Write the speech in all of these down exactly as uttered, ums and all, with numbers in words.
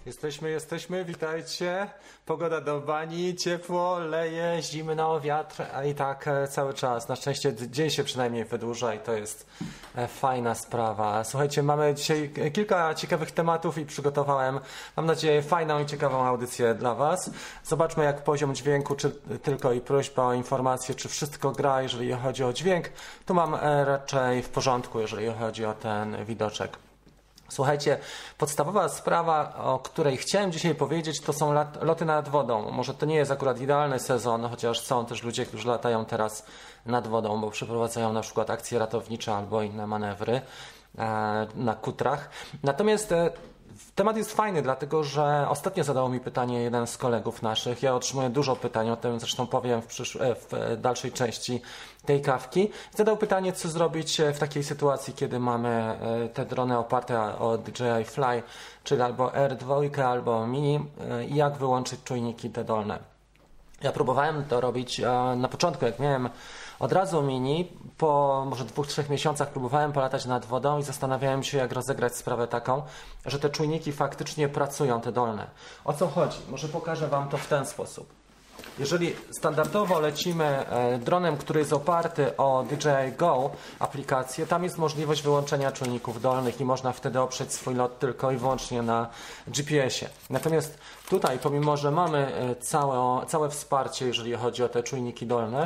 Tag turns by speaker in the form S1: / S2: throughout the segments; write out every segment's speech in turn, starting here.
S1: Jesteśmy, jesteśmy, witajcie. Pogoda do bani, ciepło, leje, zimno, wiatr, a i tak cały czas. Na szczęście dzień się przynajmniej wydłuża i to jest fajna sprawa. Słuchajcie, mamy dzisiaj kilka ciekawych tematów i przygotowałem, mam nadzieję, fajną i ciekawą audycję dla Was. Zobaczmy, jak poziom dźwięku, czy tylko i prośba o informację, czy wszystko gra, jeżeli chodzi o dźwięk. Tu mam raczej w porządku, jeżeli chodzi o ten widoczek. Słuchajcie, podstawowa sprawa, o której chciałem dzisiaj powiedzieć, to są lat, loty nad wodą. Może to nie jest akurat idealny sezon, chociaż są też ludzie, którzy latają teraz nad wodą, bo przeprowadzają na przykład akcje ratownicze albo inne manewry e, na kutrach. Natomiast e, temat jest fajny, dlatego że ostatnio zadał mi pytanie jeden z kolegów naszych. Ja otrzymuję dużo pytań, o tym zresztą powiem w, przysz- w dalszej części tej kawki. Zadał pytanie, co zrobić w takiej sytuacji, kiedy mamy te drony oparte o D J I Fly, czyli albo R dwa, albo Mini, i jak wyłączyć czujniki te dolne. Ja próbowałem to robić na początku, jak miałem od razu Mini, po może dwóch, trzech miesiącach próbowałem polatać nad wodą i zastanawiałem się, jak rozegrać sprawę taką, że te czujniki faktycznie pracują, te dolne. O co chodzi? Może pokażę Wam to w ten sposób. Jeżeli standardowo lecimy dronem, który jest oparty o D J I Go aplikację, tam jest możliwość wyłączenia czujników dolnych i można wtedy oprzeć swój lot tylko i wyłącznie na G P S ie. Natomiast tutaj, pomimo że mamy całe, całe wsparcie, jeżeli chodzi o te czujniki dolne,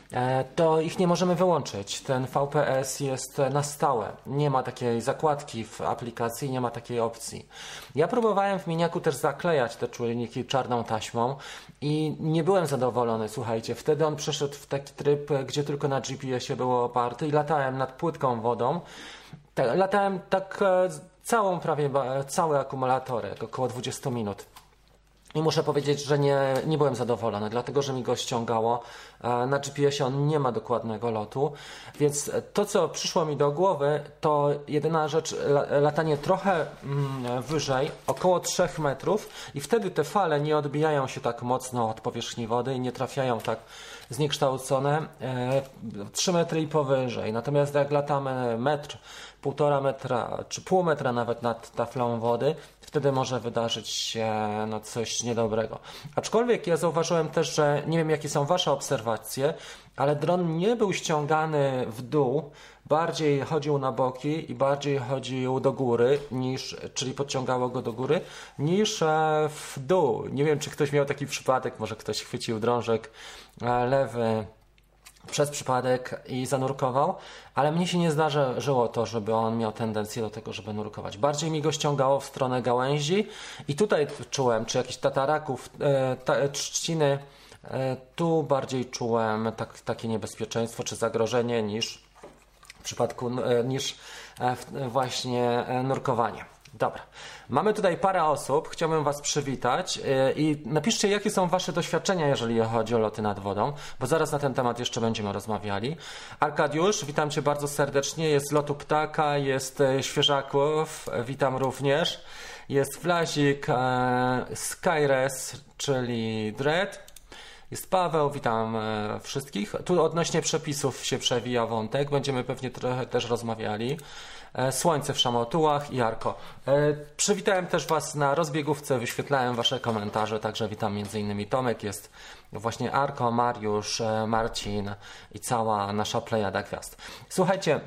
S1: to ich nie możemy wyłączyć. Ten V P S jest na stałe. Nie ma takiej zakładki w aplikacji, nie ma takiej opcji. Ja próbowałem w Miniaku też zaklejać te czujniki czarną taśmą i nie byłem zadowolony, słuchajcie. Wtedy on przeszedł w taki tryb, gdzie tylko na G P S ie było oparty i latałem nad płytką wodą. Latałem tak całą, prawie cały akumulatorek, około dwadzieścia minut. I muszę powiedzieć, że nie, nie byłem zadowolony, dlatego że mi go ściągało. Na G P S ie on nie ma dokładnego lotu, więc to, co przyszło mi do głowy, to jedyna rzecz, latanie trochę wyżej, około trzech metrów, i wtedy te fale nie odbijają się tak mocno od powierzchni wody i nie trafiają tak zniekształcone trzy metry i powyżej. Natomiast jak latamy metr, półtora metra czy pół metra nawet nad taflą wody, wtedy może wydarzyć się no, coś niedobrego. Aczkolwiek ja zauważyłem też, że nie wiem, jakie są Wasze obserwacje, ale dron nie był ściągany w dół, bardziej chodził na boki i bardziej chodził do góry, niż, czyli podciągało go do góry, niż w dół. Nie wiem, czy ktoś miał taki przypadek, może ktoś chwycił drążek lewy przez przypadek i zanurkował, ale mnie się nie zdarzyło to, żeby on miał tendencję do tego, żeby nurkować. Bardziej mi go ściągało w stronę gałęzi i tutaj czułem, czy jakichś tataraków, e, ta, trzciny, e, tu bardziej czułem tak, takie niebezpieczeństwo czy zagrożenie niż w przypadku, e, niż e, właśnie e, nurkowanie. Dobra, mamy tutaj parę osób, chciałbym Was przywitać i napiszcie, jakie są Wasze doświadczenia, jeżeli chodzi o loty nad wodą, bo zaraz na ten temat jeszcze będziemy rozmawiali. Arkadiusz, witam Cię bardzo serdecznie, jest z lotu ptaka, jest świeżaków, witam również, jest Flazik, Skyres, czyli Dread, jest Paweł, witam wszystkich. Tu odnośnie przepisów się przewija wątek, będziemy pewnie trochę też rozmawiali. Słońce w Szamotułach i Arko. Przywitałem też Was na rozbiegówce, wyświetlałem Wasze komentarze, także witam m.in. Tomek, jest właśnie Arko, Mariusz, Marcin i cała nasza plejada gwiazd. Słuchajcie,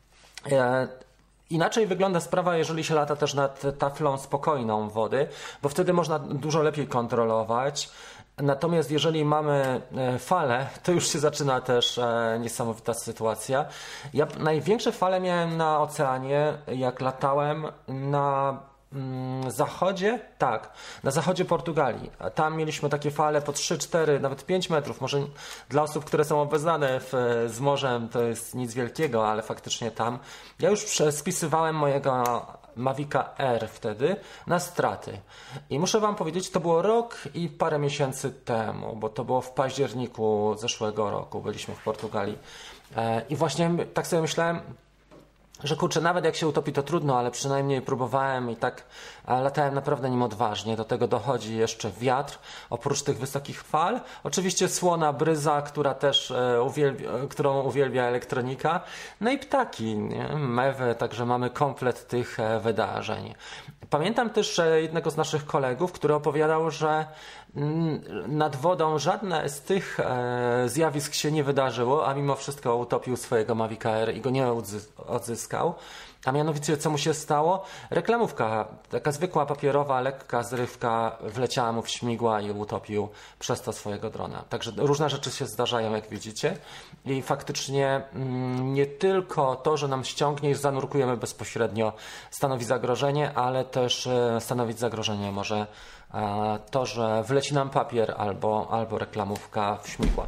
S1: inaczej wygląda sprawa, jeżeli się lata też nad taflą spokojną wody, bo wtedy można dużo lepiej kontrolować. Natomiast jeżeli mamy fale, to już się zaczyna też niesamowita sytuacja. Ja największe fale miałem na oceanie, jak latałem na zachodzie, tak, na zachodzie Portugalii. Tam mieliśmy takie fale po trzy, cztery, nawet pięć metrów. Może dla osób, które są obeznane w, z morzem, to jest nic wielkiego, ale faktycznie tam. Ja już spisywałem mojego Mavica R wtedy na straty. I muszę Wam powiedzieć, to było rok i parę miesięcy temu, bo to było w październiku zeszłego roku. Byliśmy w Portugalii. I właśnie tak sobie myślałem, że kurczę, nawet jak się utopi, to trudno, ale przynajmniej próbowałem i tak latałem naprawdę nim odważnie. Do tego dochodzi jeszcze wiatr, oprócz tych wysokich fal. Oczywiście słona bryza, która też uwielbia, którą uwielbia elektronika. No i ptaki, nie? Mewy, także mamy komplet tych wydarzeń. Pamiętam też że jednego z naszych kolegów, który opowiadał, że nad wodą żadne z tych e, zjawisk się nie wydarzyło, a mimo wszystko utopił swojego Mavic Air i go nie odzyskał. A mianowicie co mu się stało? Reklamówka, taka zwykła papierowa, lekka zrywka wleciała mu w śmigła i utopił przez to swojego drona. Także różne rzeczy się zdarzają, jak widzicie. I faktycznie mm, nie tylko to, że nam ściągnie i zanurkujemy bezpośrednio, stanowi zagrożenie, ale też e, stanowić zagrożenie może e, to, że wleci nam papier albo, albo reklamówka w śmigła.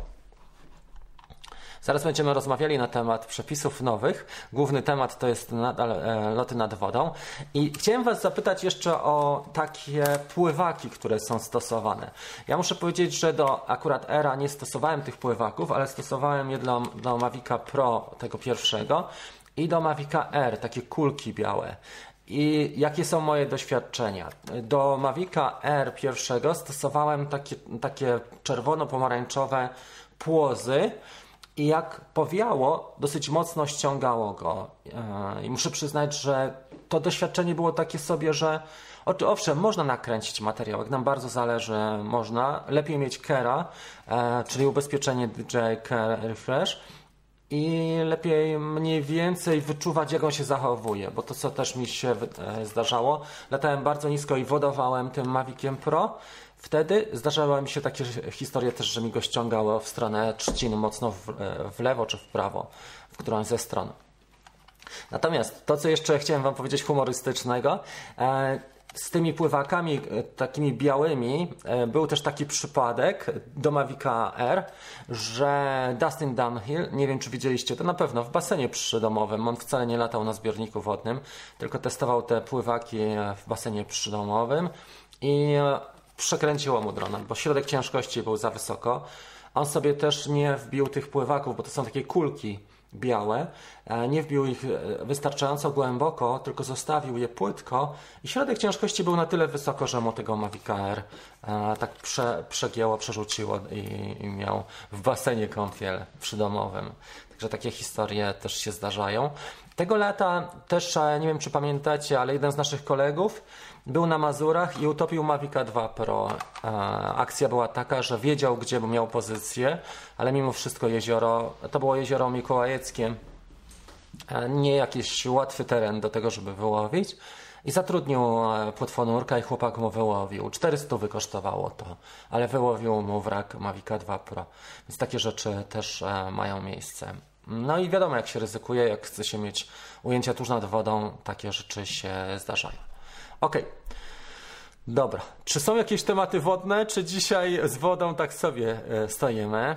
S1: Zaraz będziemy rozmawiali na temat przepisów nowych. Główny temat to jest nadal e, loty nad wodą. I chciałem Was zapytać jeszcze o takie pływaki, które są stosowane. Ja muszę powiedzieć, że do akurat Era nie stosowałem tych pływaków, ale stosowałem je do, do Mavica Pro, tego pierwszego, i do Mavica Air, takie kulki białe. I jakie są moje doświadczenia? Do Mavica Air pierwszego stosowałem takie, takie czerwono-pomarańczowe płozy, i jak powiało, dosyć mocno ściągało go. I muszę przyznać, że to doświadczenie było takie sobie, że owszem, można nakręcić materiał, jak nam bardzo zależy, można. Lepiej mieć Kera, czyli ubezpieczenie D J I Care Refresh, i lepiej mniej więcej wyczuwać, jak on się zachowuje, bo to co też mi się zdarzało, latałem bardzo nisko i wodowałem tym Maviciem Pro. Wtedy zdarzały mi się takie historie też, że mi go ściągało w stronę trzcin mocno w, w lewo czy w prawo, w którąś ze stron. Natomiast to, co jeszcze chciałem Wam powiedzieć humorystycznego, e, z tymi pływakami e, takimi białymi e, był też taki przypadek do Mavica Air, że Dustin Dunhill, nie wiem czy widzieliście to, na pewno w basenie przydomowym, on wcale nie latał na zbiorniku wodnym, tylko testował te pływaki w basenie przydomowym i przekręciło mu drona, bo środek ciężkości był za wysoko. On sobie też nie wbił tych pływaków, bo to są takie kulki białe. Nie wbił ich wystarczająco głęboko, tylko zostawił je płytko i środek ciężkości był na tyle wysoko, że mu tego Mavica Air tak prze, przegięło, przerzuciło i, i miał w basenie kąpiel przydomowym. Także takie historie też się zdarzają. Tego lata też, nie wiem czy pamiętacie, ale jeden z naszych kolegów był na Mazurach i utopił Mavica dwa Pro. Akcja była taka, że wiedział, gdzie miał pozycję, ale mimo wszystko jezioro, to było jezioro Mikołajeckie, nie jakiś łatwy teren do tego, żeby wyłowić. I zatrudnił płetwonurka i chłopak mu wyłowił. czterysta wykosztowało to, ale wyłowił mu wrak Mavica dwa Pro. Więc takie rzeczy też mają miejsce. No i wiadomo, jak się ryzykuje, jak chce się mieć ujęcia tuż nad wodą, takie rzeczy się zdarzają. Ok, dobra. Czy są jakieś tematy wodne, czy dzisiaj z wodą tak sobie stoimy?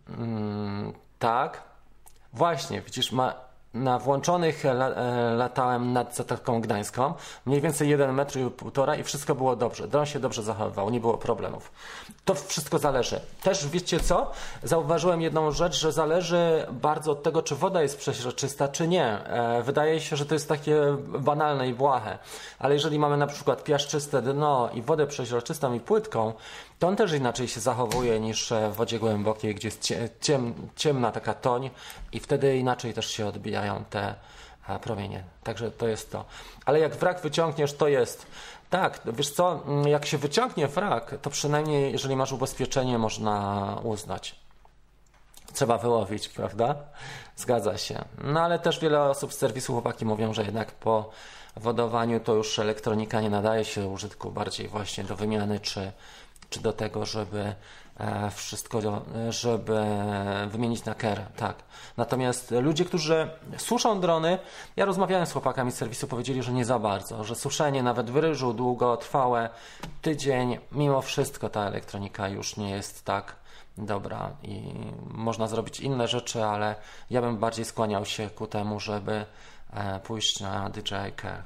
S1: Mm, tak. Właśnie, widzisz, ma, na włączonych la, latałem nad Zatoką Gdańską, mniej więcej jeden metr i półtora i wszystko było dobrze. Dron się dobrze zachowywał, nie było problemów. To wszystko zależy. Też wiecie co? Zauważyłem jedną rzecz, że zależy bardzo od tego, czy woda jest przeźroczysta, czy nie. Wydaje się, że to jest takie banalne i błahe, ale jeżeli mamy na przykład piaszczyste dno i wodę przeźroczystą i płytką, to on też inaczej się zachowuje niż w wodzie głębokiej, gdzie jest ciem, ciemna taka toń i wtedy inaczej też się odbijają te promienie. Także to jest to. Ale jak wrak wyciągniesz, to jest. Tak, wiesz co, jak się wyciągnie wrak, to przynajmniej jeżeli masz ubezpieczenie, można uznać. Trzeba wyłowić, prawda? Zgadza się. No ale też wiele osób z serwisu chłopaki mówią, że jednak po wodowaniu to już elektronika nie nadaje się do użytku, bardziej właśnie do wymiany czy czy do tego, żeby wszystko, żeby wymienić na Care, tak. Natomiast ludzie, którzy suszą drony, ja rozmawiałem z chłopakami z serwisu, powiedzieli, że nie za bardzo, że suszenie nawet w ryżu długotrwałe, tydzień, mimo wszystko ta elektronika już nie jest tak dobra i można zrobić inne rzeczy, ale ja bym bardziej skłaniał się ku temu, żeby pójść na D J I Care.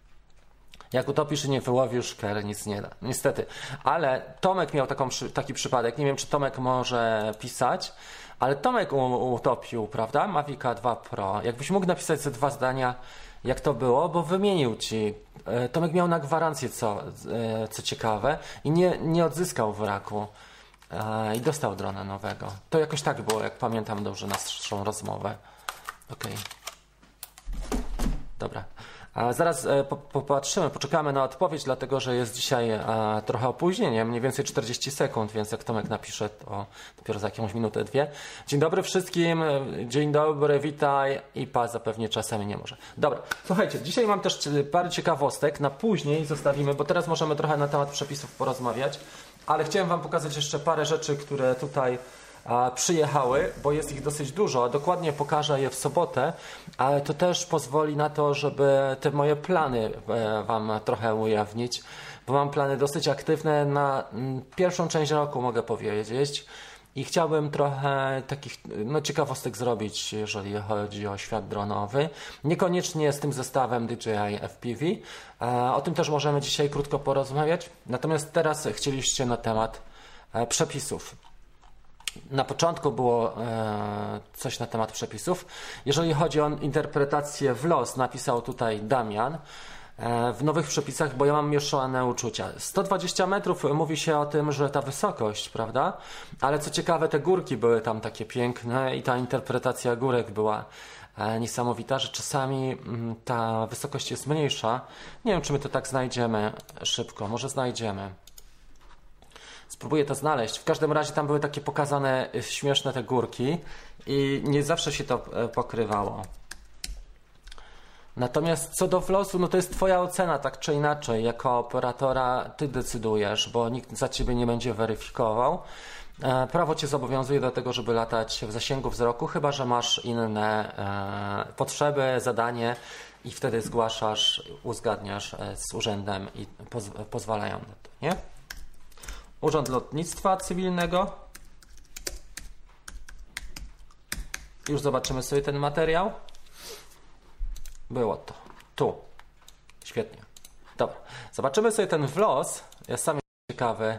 S1: Jak utopisz i nie wyłowisz, Care nic nie da. Niestety. Ale Tomek miał taką, taki przypadek. Nie wiem, czy Tomek może pisać, ale Tomek utopił, prawda? Mavica dwa Pro. Jakbyś mógł napisać ze dwa zdania, jak to było, bo wymienił ci. Tomek miał na gwarancję, co, co ciekawe, i nie, nie odzyskał wraku. I dostał drona nowego. To jakoś tak było, jak pamiętam dobrze naszą rozmowę. Okej. Okay. Dobra. Zaraz popatrzymy, poczekamy na odpowiedź, dlatego że jest dzisiaj trochę opóźnienie, mniej więcej czterdzieści sekund, więc jak Tomek napisze, to dopiero za jakąś minutę, dwie. Dzień dobry wszystkim, dzień dobry, witaj i pa zapewnie czasami nie może. Dobra, słuchajcie, dzisiaj mam też parę ciekawostek, na później zostawimy, bo teraz możemy trochę na temat przepisów porozmawiać, ale chciałem Wam pokazać jeszcze parę rzeczy, które tutaj przyjechały, bo jest ich dosyć dużo, a dokładnie pokażę je w sobotę, ale to też pozwoli na to, żeby te moje plany Wam trochę ujawnić, bo mam plany dosyć aktywne na pierwszą część roku, mogę powiedzieć, i chciałbym trochę takich no, ciekawostek zrobić, jeżeli chodzi o świat dronowy. Niekoniecznie z tym zestawem D J I F P V. O tym też możemy dzisiaj krótko porozmawiać. Natomiast teraz chcieliście na temat przepisów. Na początku było e, coś na temat przepisów. Jeżeli chodzi o interpretację w los, napisał tutaj Damian, e, w nowych przepisach, bo ja mam mieszane uczucia. sto dwadzieścia metrów mówi się o tym, że ta wysokość, prawda? Ale co ciekawe, te górki były tam takie piękne i ta interpretacja górek była e, niesamowita, że czasami m, ta wysokość jest mniejsza. Nie wiem, czy my to tak znajdziemy szybko. Może znajdziemy. Spróbuję to znaleźć. W każdym razie tam były takie pokazane śmieszne te górki i nie zawsze się to pokrywało. Natomiast co do wlosu, no to jest Twoja ocena, tak czy inaczej. Jako operatora Ty decydujesz, bo nikt za Ciebie nie będzie weryfikował. Prawo Cię zobowiązuje do tego, żeby latać w zasięgu wzroku, chyba że masz inne e, potrzeby, zadanie i wtedy zgłaszasz, uzgadniasz z urzędem i poz, pozwalają na to, nie? Urząd Lotnictwa Cywilnego. Już zobaczymy sobie ten materiał. Było to. Tu. Świetnie. Dobra. Zobaczymy sobie ten wlos. Ja sam jestem ciekawy,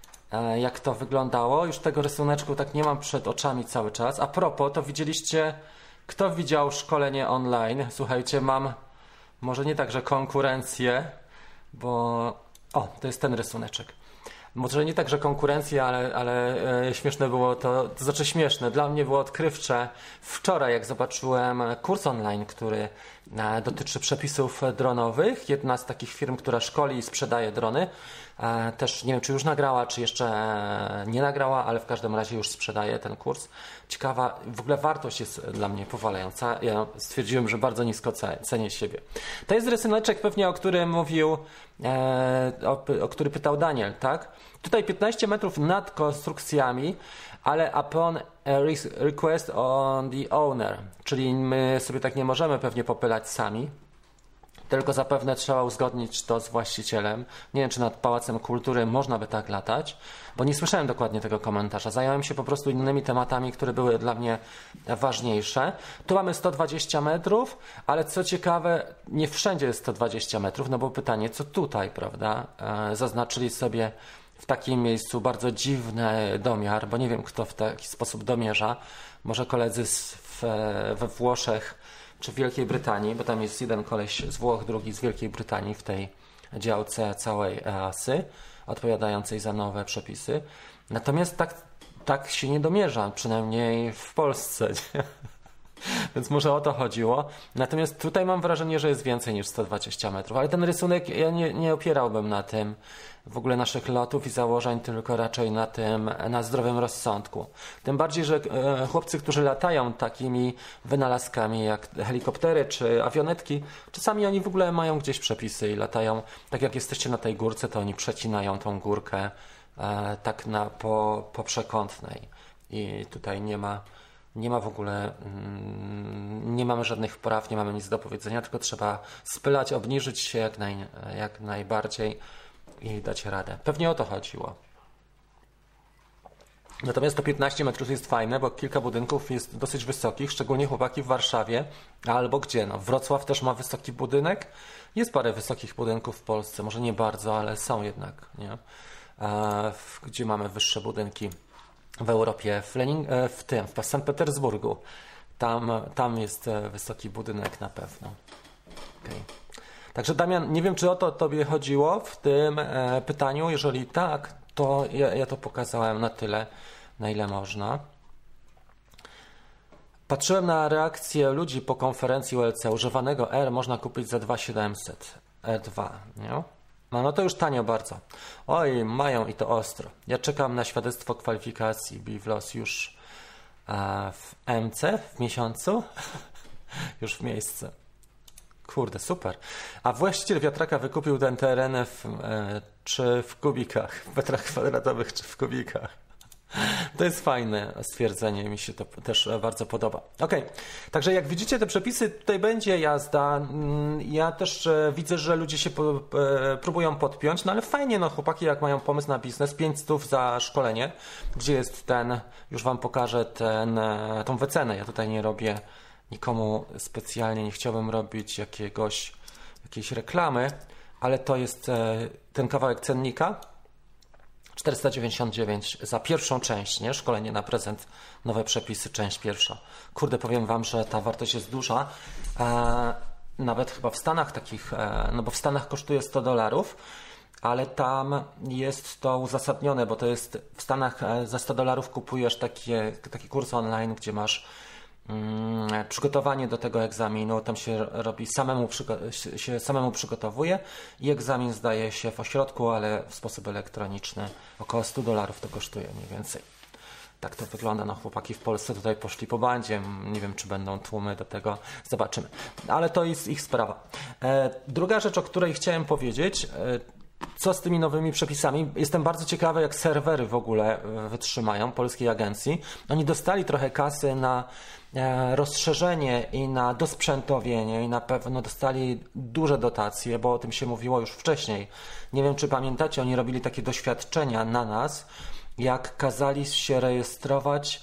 S1: jak to wyglądało. Już tego rysuneczku tak nie mam przed oczami cały czas. A propos, to widzieliście, kto widział szkolenie online? Słuchajcie, mam może nie tak, że konkurencję, bo... O, to jest ten rysuneczek. Może nie tak, że konkurencja, ale, ale e, śmieszne było to, to znaczy śmieszne, dla mnie było odkrywcze wczoraj, jak zobaczyłem kurs online, który e, dotyczy przepisów dronowych. Jedna z takich firm, która szkoli i sprzedaje drony, e, też nie wiem, czy już nagrała, czy jeszcze e, nie nagrała, ale w każdym razie już sprzedaje ten kurs. Ciekawa, w ogóle wartość jest dla mnie powalająca. Ja stwierdziłem, że bardzo nisko cenię siebie. To jest rysuneczek pewnie, o którym mówił, e, o, o który pytał Daniel, tak? Tutaj piętnaście metrów nad konstrukcjami, ale upon a request on the owner, czyli my sobie tak nie możemy pewnie popylać sami, tylko zapewne trzeba uzgodnić to z właścicielem. Nie wiem, czy nad Pałacem Kultury można by tak latać, bo nie słyszałem dokładnie tego komentarza. Zająłem się po prostu innymi tematami, które były dla mnie ważniejsze. Tu mamy sto dwadzieścia metrów, ale co ciekawe, nie wszędzie jest sto dwadzieścia metrów, no bo pytanie, co tutaj, prawda? E, zaznaczyli sobie w takim miejscu bardzo dziwny domiar, bo nie wiem, kto w taki sposób domierza. Może koledzy z, w, we Włoszech czy w Wielkiej Brytanii, bo tam jest jeden koleś z Włoch, drugi z Wielkiej Brytanii w tej działce całej E A S Y, odpowiadającej za nowe przepisy. Natomiast tak, tak się nie domierza, przynajmniej w Polsce. Więc może o to chodziło. Natomiast tutaj mam wrażenie, że jest więcej niż sto dwadzieścia metrów. Ale ten rysunek, ja nie, nie opierałbym na tym w ogóle naszych lotów i założeń, tylko raczej na tym, na zdrowym rozsądku. Tym bardziej, że e, chłopcy, którzy latają takimi wynalazkami jak helikoptery czy awionetki, czasami oni w ogóle mają gdzieś przepisy i latają, tak jak jesteście na tej górce, to oni przecinają tą górkę e, tak na, po, po przekątnej. I tutaj nie ma Nie ma w ogóle, nie mamy żadnych praw, nie mamy nic do powiedzenia, tylko trzeba spylać, obniżyć się jak, naj, jak najbardziej i dać radę. Pewnie o to chodziło. Natomiast to piętnaście metrów jest fajne, bo kilka budynków jest dosyć wysokich, szczególnie chłopaki w Warszawie, albo gdzie? No, Wrocław też ma wysoki budynek. Jest parę wysokich budynków w Polsce, może nie bardzo, ale są jednak, nie? A, w, gdzie mamy wyższe budynki. W Europie, w, Lenin, w tym, w Sankt Petersburgu. Tam, tam jest wysoki budynek na pewno. Okay. Także Damian, nie wiem, czy o to Tobie chodziło w tym e, pytaniu. Jeżeli tak, to ja, ja to pokazałem na tyle, na ile można. Patrzyłem na reakcję ludzi po konferencji U L C. Używanego R można kupić za dwa tysiące siedemset. R dwa, nie? No, no to już tanio bardzo. Oj, mają i to ostro. Ja czekam na świadectwo kwalifikacji B W L O S już e, w M C w miesiącu. Już w miejsce. Kurde, super. A właściciel wiatraka wykupił ten teren w, e, czy w kubikach, w metrach kwadratowych, czy w kubikach. To jest fajne stwierdzenie, mi się to też bardzo podoba. Ok, także jak widzicie te przepisy, tutaj będzie jazda. Ja też widzę, że ludzie się po, próbują podpiąć, no ale fajnie, no chłopaki jak mają pomysł na biznes, pięć stów za szkolenie, gdzie jest ten, już wam pokażę ten, tą wycenę. Ja tutaj nie robię nikomu specjalnie, nie chciałbym robić jakiegoś, jakiejś reklamy, ale to jest ten kawałek cennika. czterysta dziewięćdziesiąt dziewięć za pierwszą część, nie? Szkolenie na prezent, nowe przepisy, część pierwsza. Kurde, powiem wam, że ta wartość jest duża. E, nawet chyba w Stanach takich, e, no bo w Stanach kosztuje sto dolarów, ale tam jest to uzasadnione, bo to jest w Stanach e, za sto dolarów kupujesz takie, taki kurs online, gdzie masz przygotowanie do tego egzaminu, tam się robi samemu, się samemu przygotowuje i egzamin zdaje się w ośrodku, ale w sposób elektroniczny. Około sto dolarów to kosztuje mniej więcej. Tak to wygląda. No, chłopaki w Polsce tutaj poszli po bandzie. Nie wiem, czy będą tłumy do tego. Zobaczymy. Ale to jest ich sprawa. E, druga rzecz, o której chciałem powiedzieć, e, co z tymi nowymi przepisami? Jestem bardzo ciekawy, jak serwery w ogóle wytrzymają polskiej agencji. Oni dostali trochę kasy na rozszerzenie i na dosprzętowienie i na pewno dostali duże dotacje, bo o tym się mówiło już wcześniej. Nie wiem, czy pamiętacie, oni robili takie doświadczenia na nas, jak kazali się rejestrować.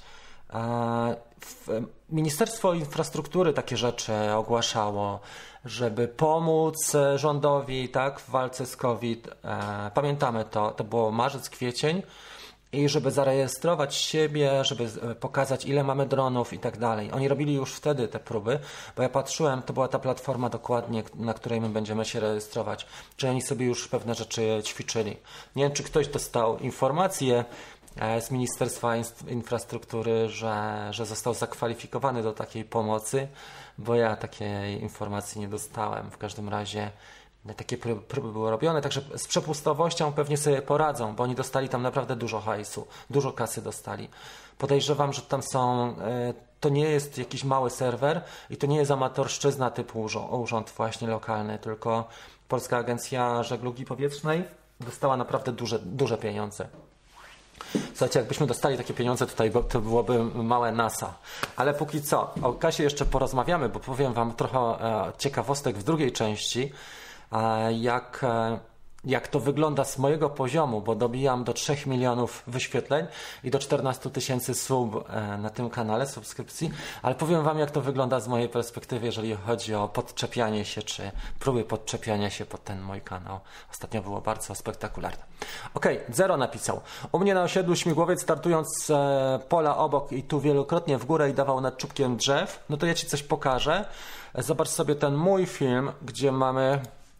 S1: Ministerstwo Infrastruktury takie rzeczy ogłaszało, żeby pomóc rządowi, tak, w walce z COVID. Pamiętamy to, to było marzec, kwiecień. I żeby zarejestrować siebie, żeby pokazać, ile mamy dronów i tak dalej. Oni robili już wtedy te próby, bo ja patrzyłem, to była ta platforma dokładnie, na której my będziemy się rejestrować. Czy oni sobie już pewne rzeczy ćwiczyli. Nie wiem, czy ktoś dostał informację z Ministerstwa Infrastruktury, że, że został zakwalifikowany do takiej pomocy, bo ja takiej informacji nie dostałem. W każdym razie takie próby były robione, także z przepustowością pewnie sobie poradzą, bo oni dostali tam naprawdę dużo hajsu, dużo kasy dostali. Podejrzewam, że tam są, to nie jest jakiś mały serwer i to nie jest amatorszczyzna typu urząd właśnie lokalny, tylko Polska Agencja Żeglugi Powietrznej dostała naprawdę duże, duże pieniądze. Słuchajcie, jakbyśmy dostali takie pieniądze tutaj, to byłoby małe NASA. Ale póki co, o kasie jeszcze porozmawiamy, bo powiem wam trochę ciekawostek w drugiej części, jak, jak to wygląda z mojego poziomu, bo dobijam do trzech milionów wyświetleń i do czternastu tysięcy sub na tym kanale, subskrypcji, ale powiem wam, jak to wygląda z mojej perspektywy, jeżeli chodzi o podczepianie się, czy próby podczepiania się pod ten mój kanał. Ostatnio było bardzo spektakularne. Okej, okay, Zero napisał. U mnie na osiedlu śmigłowiec startując z e, pola obok i tu wielokrotnie w górę i dawał nad czubkiem drzew. No to ja ci coś pokażę. Zobacz sobie ten mój film, gdzie mamy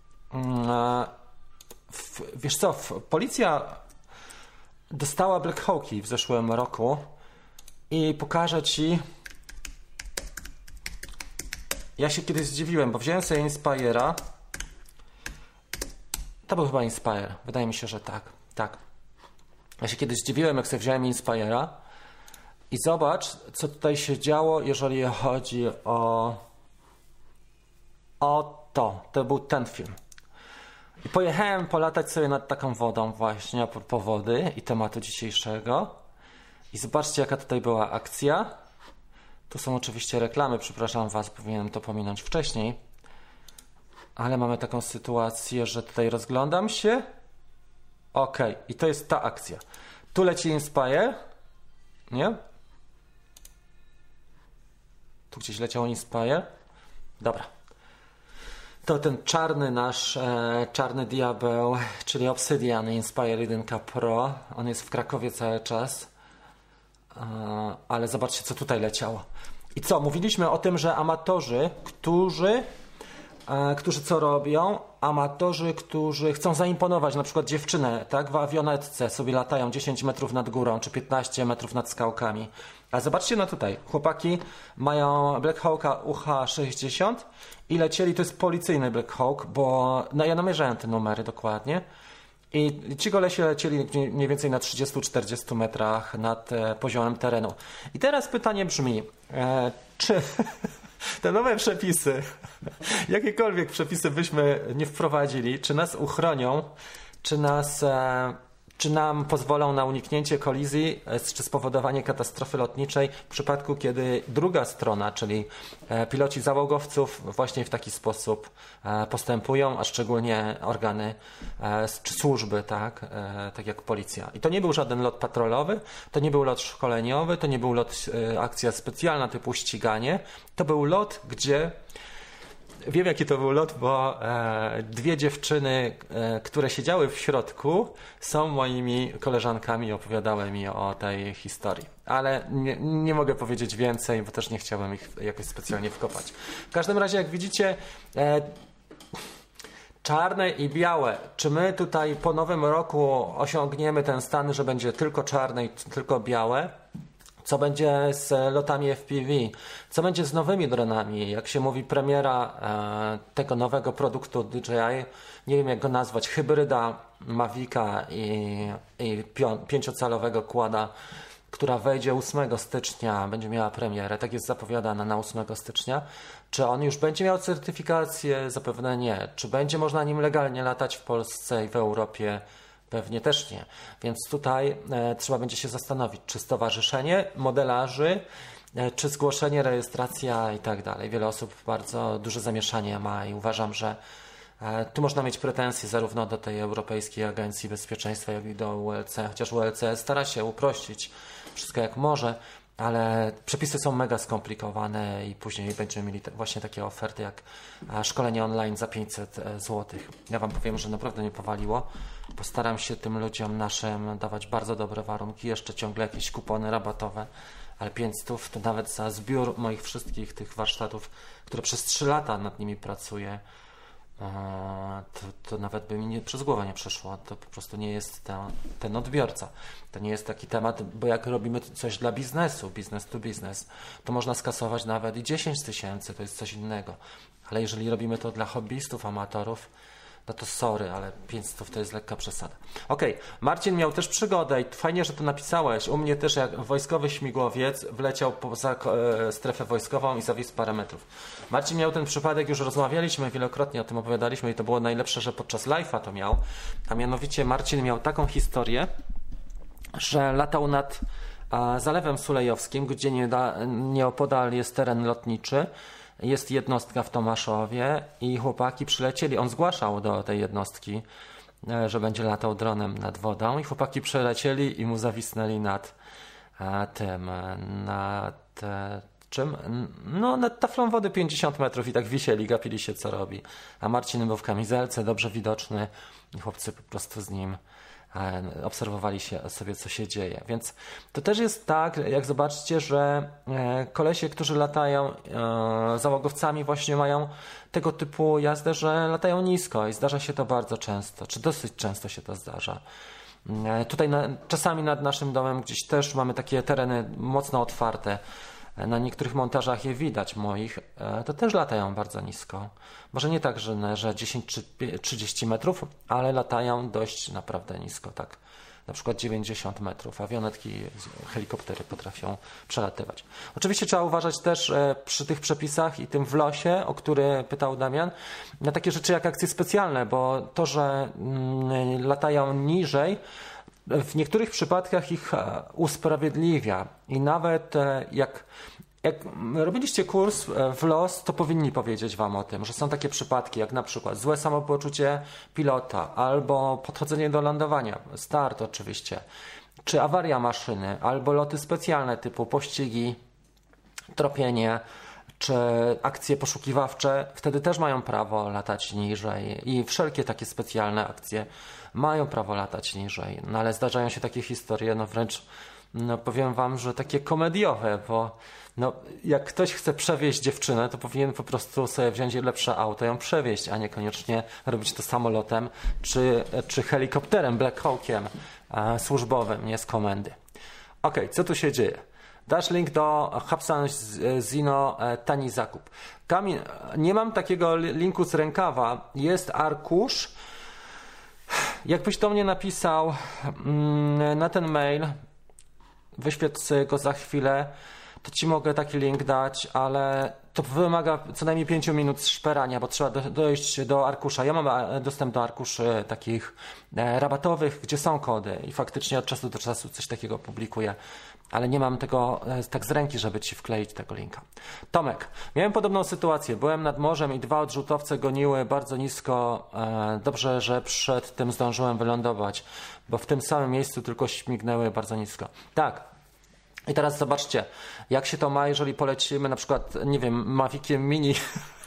S1: W, wiesz co, w, policja dostała Black Hawki w zeszłym roku i pokażę ci. Ja się kiedyś zdziwiłem, bo wziąłem sobie Inspire'a. To był chyba Inspire, wydaje mi się, że tak, tak. Ja się kiedyś zdziwiłem, jak sobie wziąłem Inspire'a i zobacz, co tutaj się działo, jeżeli chodzi o o to, to był ten film. I pojechałem polatać sobie nad taką wodą właśnie, a propos wody i tematu dzisiejszego. I zobaczcie, jaka tutaj była akcja. Tu są oczywiście reklamy, przepraszam was, powinienem to pominąć wcześniej. Ale mamy taką sytuację, że tutaj rozglądam się. Ok, i to jest ta akcja. Tu leci Inspire. Nie? Tu gdzieś leciał Inspire. Dobra. To ten czarny nasz, e, czarny diabeł, czyli Obsidian Inspire jeden Pro. On jest w Krakowie cały czas. E, ale zobaczcie, co tutaj leciało. I co? Mówiliśmy o tym, że amatorzy, którzy którzy co robią? Amatorzy, którzy chcą zaimponować, na przykład dziewczynę, tak, w awionetce sobie latają dziesięć metrów nad górą, czy piętnaście metrów nad skałkami. A zobaczcie no tutaj, chłopaki mają Black Hawka U H sześćdziesiąt i lecieli, to jest policyjny Black Hawk, bo no ja namierzałem te numery dokładnie. I ci kolesie lecieli mniej więcej na trzydziestu czterdziestu metrach nad e, poziomem terenu. I teraz pytanie brzmi, e, czy te nowe przepisy, jakiekolwiek przepisy byśmy nie wprowadzili, czy nas uchronią, czy nas... E, czy nam pozwolą na uniknięcie kolizji czy spowodowanie katastrofy lotniczej w przypadku, kiedy druga strona, czyli piloci załogowców właśnie w taki sposób postępują, a szczególnie organy czy służby, tak, tak jak policja. I to nie był żaden lot patrolowy, to nie był lot szkoleniowy, to nie był lot akcja specjalna typu ściganie, to był lot, gdzie wiem, jaki to był lot, bo e, dwie dziewczyny, e, które siedziały w środku, są moimi koleżankami i opowiadały mi o tej historii. Ale nie, nie mogę powiedzieć więcej, bo też nie chciałbym ich jakoś specjalnie wkopać. W każdym razie, jak widzicie, e, czarne i białe. Czy my tutaj po nowym roku osiągniemy ten stan, że będzie tylko czarne i tylko białe? Co będzie z lotami F P V? Co będzie z nowymi dronami? Jak się mówi, premiera e, tego nowego produktu D J I, nie wiem jak go nazwać, hybryda Mavica i, i pięciocalowego quada, która wejdzie ósmego stycznia, będzie miała premierę, tak jest zapowiadana na ósmego stycznia. Czy on już będzie miał certyfikację? Zapewne nie. Czy będzie można nim legalnie latać w Polsce i w Europie? Pewnie też nie. Więc tutaj e, trzeba będzie się zastanowić, czy stowarzyszenie modelarzy, e, czy zgłoszenie, rejestracja i tak dalej. Wiele osób bardzo duże zamieszanie ma i uważam, że e, tu można mieć pretensje zarówno do tej Europejskiej Agencji Bezpieczeństwa, jak i do U L C, chociaż U L C stara się uprościć wszystko jak może, ale przepisy są mega skomplikowane i później będziemy mieli te, właśnie takie oferty jak szkolenie online za pięćset złotych. Ja Wam powiem, że naprawdę nie powaliło. Postaram się tym ludziom naszym dawać bardzo dobre warunki, jeszcze ciągle jakieś kupony rabatowe, ale pięćset to nawet za zbiór moich wszystkich tych warsztatów, które przez trzy lata nad nimi pracuję, to, to nawet by mi nie, przez głowę nie przeszło. To po prostu nie jest ta, ten odbiorca. To nie jest taki temat, bo jak robimy coś dla biznesu, business to business, to można skasować nawet i dziesięć tysięcy, to jest coś innego. Ale jeżeli robimy to dla hobbystów, amatorów, no to sorry, ale pięćset to jest lekka przesada. Okej, okay. Marcin miał też przygodę i fajnie, że to napisałeś. U mnie też jak wojskowy śmigłowiec wleciał poza e, strefę wojskową i zawisł parę metrów. Marcin miał ten przypadek, już rozmawialiśmy wielokrotnie, o tym opowiadaliśmy i to było najlepsze, że podczas live'a to miał. A mianowicie Marcin miał taką historię, że latał nad a, Zalewem Sulejowskim, gdzie nie da, nieopodal jest teren lotniczy. Jest jednostka w Tomaszowie i chłopaki przylecieli. On zgłaszał do tej jednostki, że będzie latał dronem nad wodą i chłopaki przylecieli i mu zawisnęli nad a, tym, nad e, czym? No nad taflą wody pięćdziesiąt metrów i tak wisieli, gapili się co robi. A Marcin był w kamizelce, dobrze widoczny i chłopcy po prostu z nim obserwowali się sobie, co się dzieje. Więc to też jest tak, jak zobaczcie, że kolesie, którzy latają załogowcami, właśnie mają tego typu jazdę, że latają nisko i zdarza się to bardzo często, czy dosyć często się to zdarza. Tutaj na, czasami nad naszym domem gdzieś też mamy takie tereny mocno otwarte. Na niektórych montażach je widać moich, to też latają bardzo nisko. Może nie tak, że, że dziesięć czy trzydzieści metrów, ale latają dość naprawdę nisko, tak. Na przykład dziewięćdziesiąt metrów. Awionetki, helikoptery potrafią przelatywać. Oczywiście trzeba uważać też przy tych przepisach i tym wlosie, o który pytał Damian, na takie rzeczy jak akcje specjalne, bo to, że mm, latają niżej, w niektórych przypadkach ich usprawiedliwia i nawet jak, jak robiliście kurs w los, to powinni powiedzieć Wam o tym, że są takie przypadki jak na przykład złe samopoczucie pilota albo podchodzenie do lądowania, start oczywiście, czy awaria maszyny, albo loty specjalne typu pościgi, tropienie, czy akcje poszukiwawcze, wtedy też mają prawo latać niżej i wszelkie takie specjalne akcje mają prawo latać niżej. No ale zdarzają się takie historie, no wręcz no powiem wam, że takie komediowe, bo no, jak ktoś chce przewieźć dziewczynę, to powinien po prostu sobie wziąć lepsze auto i ją przewieźć, a niekoniecznie robić to samolotem czy, czy helikopterem, Black Hawkiem e, służbowym, nie z komendy. Ok, co tu się dzieje? Dasz link do Hubsan Zino tani zakup. Kamil, nie mam takiego linku z rękawa. Jest arkusz. Jakbyś do mnie napisał mm, na ten mail, wyświetl go za chwilę, to ci mogę taki link dać, ale to wymaga co najmniej pięciu minut szperania, bo trzeba do, dojść do arkusza. Ja mam dostęp do arkuszy takich e, rabatowych, gdzie są kody i faktycznie od czasu do czasu coś takiego publikuję, ale nie mam tego e, tak z ręki, żeby ci wkleić tego linka. Tomek, miałem podobną sytuację. Byłem nad morzem i dwa odrzutowce goniły bardzo nisko. E, dobrze, że przed tym zdążyłem wylądować, bo w tym samym miejscu tylko śmignęły bardzo nisko. Tak. I teraz zobaczcie, jak się to ma, jeżeli polecimy na przykład, nie wiem, Maviciem Mini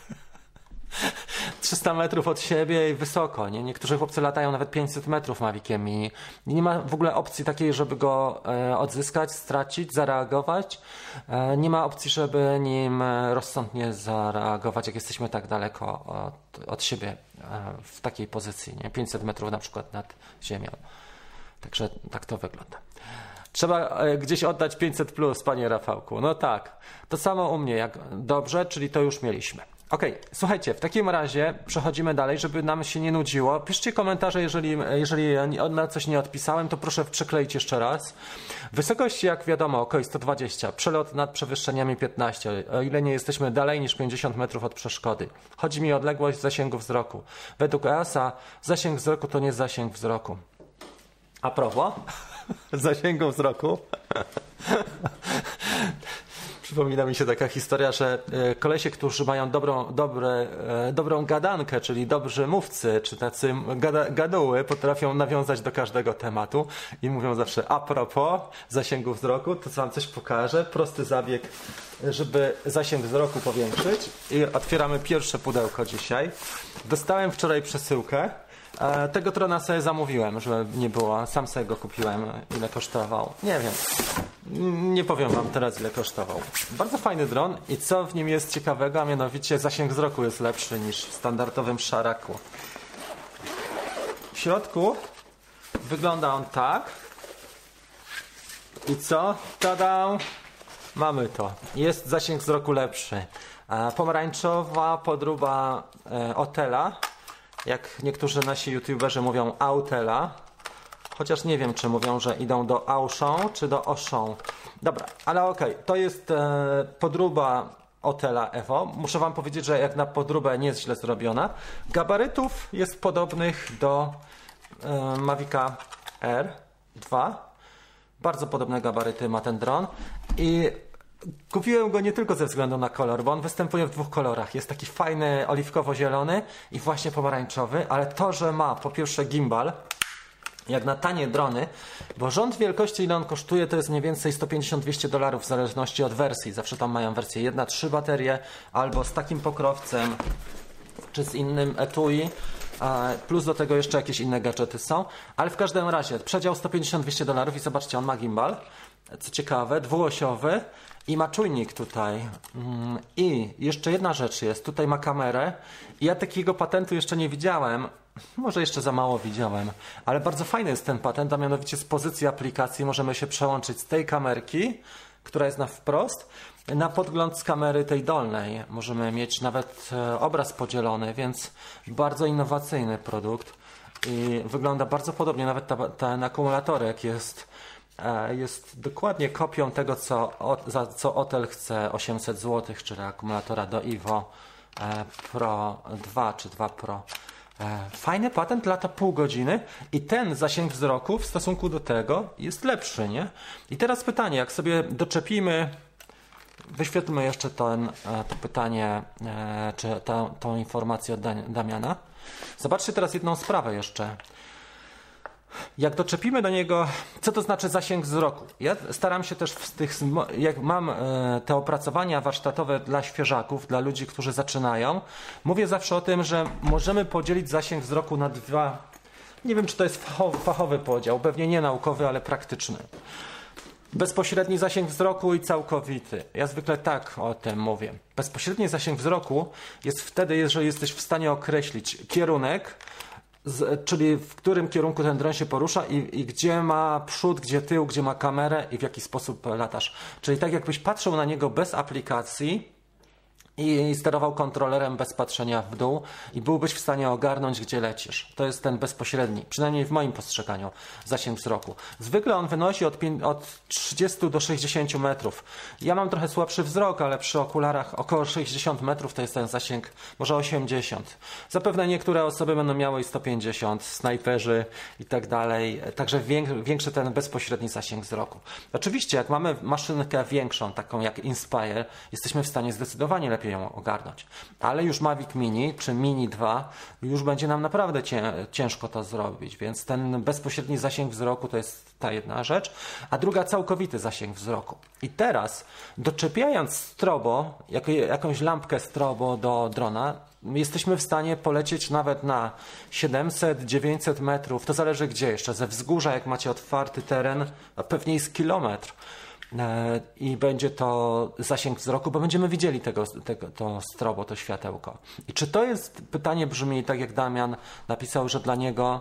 S1: trzysta metrów od siebie i wysoko, nie? Niektórzy chłopcy latają nawet pięćset metrów Maviciem Mini. Nie ma w ogóle opcji takiej, żeby go e, odzyskać, stracić, zareagować. E, nie ma opcji, żeby nim rozsądnie zareagować, jak jesteśmy tak daleko od, od siebie e, w takiej pozycji, nie? pięćset metrów na przykład nad ziemią. Także tak to wygląda. Trzeba gdzieś oddać pięćset plus, panie Rafałku. No tak, to samo u mnie, jak dobrze, czyli to już mieliśmy. Ok, słuchajcie, w takim razie przechodzimy dalej, żeby nam się nie nudziło. Piszcie komentarze, jeżeli, jeżeli na coś nie odpisałem, to proszę przekleić jeszcze raz. Wysokość, jak wiadomo, około sto dwadzieścia, przelot nad przewyższeniami piętnaście, o ile nie jesteśmy dalej niż pięćdziesiąt metrów od przeszkody. Chodzi mi o odległość zasięgu wzroku. Według E A S A zasięg wzroku to nie zasięg wzroku. A propos zasięgu wzroku. Przypomina mi się taka historia, że kolesie, którzy mają dobrą, dobre, dobrą gadankę, czyli dobrzy mówcy, czy tacy gada, gaduły, potrafią nawiązać do każdego tematu i mówią zawsze a propos zasięgu wzroku, to co wam coś pokażę, prosty zabieg, żeby zasięg wzroku powiększyć. I otwieramy pierwsze pudełko dzisiaj. Dostałem wczoraj przesyłkę. Tego drona sobie zamówiłem, żeby nie było. Sam sobie go kupiłem. Ile kosztował? Nie wiem. Nie powiem wam teraz, ile kosztował. Bardzo fajny dron i co w nim jest ciekawego, a mianowicie zasięg wzroku jest lepszy niż w standardowym szaraku. W środku wygląda on tak. I co? Tada! Mamy to. Jest zasięg wzroku lepszy. Pomarańczowa podróba Otela. Jak niektórzy nasi youtuberzy mówią Autela, chociaż nie wiem, czy mówią, że idą do Auchan, czy do Auchan. Dobra, ale okej, okay. To jest e, podróba Otela Evo. Muszę wam powiedzieć, że jak na podróbę nie jest źle zrobiona. Gabarytów jest podobnych do e, Mavica R dwa. Bardzo podobne gabaryty ma ten dron i kupiłem go nie tylko ze względu na kolor, bo on występuje w dwóch kolorach. Jest taki fajny oliwkowo-zielony i właśnie pomarańczowy, ale to, że ma po pierwsze gimbal, jak na tanie drony, bo rząd wielkości, ile on kosztuje, to jest mniej więcej sto pięćdziesiąt do dwieście dolarów w zależności od wersji. Zawsze tam mają wersję jedna, trzy baterie, albo z takim pokrowcem, czy z innym etui. Plus do tego jeszcze jakieś inne gadżety są, ale w każdym razie przedział sto pięćdziesiąt do dwieście dolarów i zobaczcie, on ma gimbal, co ciekawe, dwuosiowy i ma czujnik tutaj. I jeszcze jedna rzecz jest, tutaj ma kamerę i ja takiego patentu jeszcze nie widziałem, może jeszcze za mało widziałem, ale bardzo fajny jest ten patent, a mianowicie z pozycji aplikacji możemy się przełączyć z tej kamerki, która jest na wprost, na podgląd z kamery tej dolnej. Możemy mieć nawet obraz podzielony, więc bardzo innowacyjny produkt i wygląda bardzo podobnie. Nawet ta, ten akumulatorek jest, jest dokładnie kopią tego, co, za co Otel chce, osiemset złotych, czyli akumulatora do Ivo Pro dwa czy dwa Pro. Fajny patent, lata pół godziny i ten zasięg wzroku w stosunku do tego jest lepszy, nie? I teraz pytanie, jak sobie doczepimy, wyświetlmy jeszcze ten, to pytanie, czy ta, tą informację od Damiana. Zobaczcie teraz jedną sprawę jeszcze. Jak doczepimy do niego, co to znaczy zasięg wzroku? Ja staram się też w tych, jak mam te opracowania warsztatowe dla świeżaków, dla ludzi, którzy zaczynają, mówię zawsze o tym, że możemy podzielić zasięg wzroku na dwa, nie wiem, czy to jest fachowy podział, pewnie nie naukowy, ale praktyczny. Bezpośredni zasięg wzroku i całkowity. Ja zwykle tak o tym mówię. Bezpośredni zasięg wzroku jest wtedy, jeżeli jesteś w stanie określić kierunek, z, czyli w którym kierunku ten dron się porusza i, i gdzie ma przód, gdzie tył, gdzie ma kamerę i w jaki sposób latasz. Czyli tak jakbyś patrzył na niego bez aplikacji i sterował kontrolerem bez patrzenia w dół i byłbyś w stanie ogarnąć, gdzie lecisz. To jest ten bezpośredni, przynajmniej w moim postrzeganiu, zasięg wzroku. Zwykle on wynosi od, od trzydziestu do sześćdziesięciu metrów. Ja mam trochę słabszy wzrok, ale przy okularach około sześćdziesiąt metrów to jest ten zasięg, może osiemdziesiąt. Zapewne niektóre osoby będą miały i sto pięćdziesiąt, snajperzy i tak dalej. Także większy ten bezpośredni zasięg wzroku. Oczywiście, jak mamy maszynkę większą, taką jak Inspire, jesteśmy w stanie zdecydowanie lepiej ją ogarnąć. Ale już Mavic Mini czy Mini dwa już będzie nam naprawdę ciężko to zrobić, więc ten bezpośredni zasięg wzroku to jest ta jedna rzecz, a druga całkowity zasięg wzroku. I teraz doczepiając strobo, jak, jakąś lampkę strobo do drona, jesteśmy w stanie polecieć nawet na siedemset dziewięćset metrów, to zależy gdzie jeszcze, ze wzgórza, jak macie otwarty teren, a pewnie jest kilometr. I będzie to zasięg wzroku, bo będziemy widzieli tego, tego, to strobo, to światełko. I czy to jest, pytanie brzmi tak jak Damian napisał, że dla niego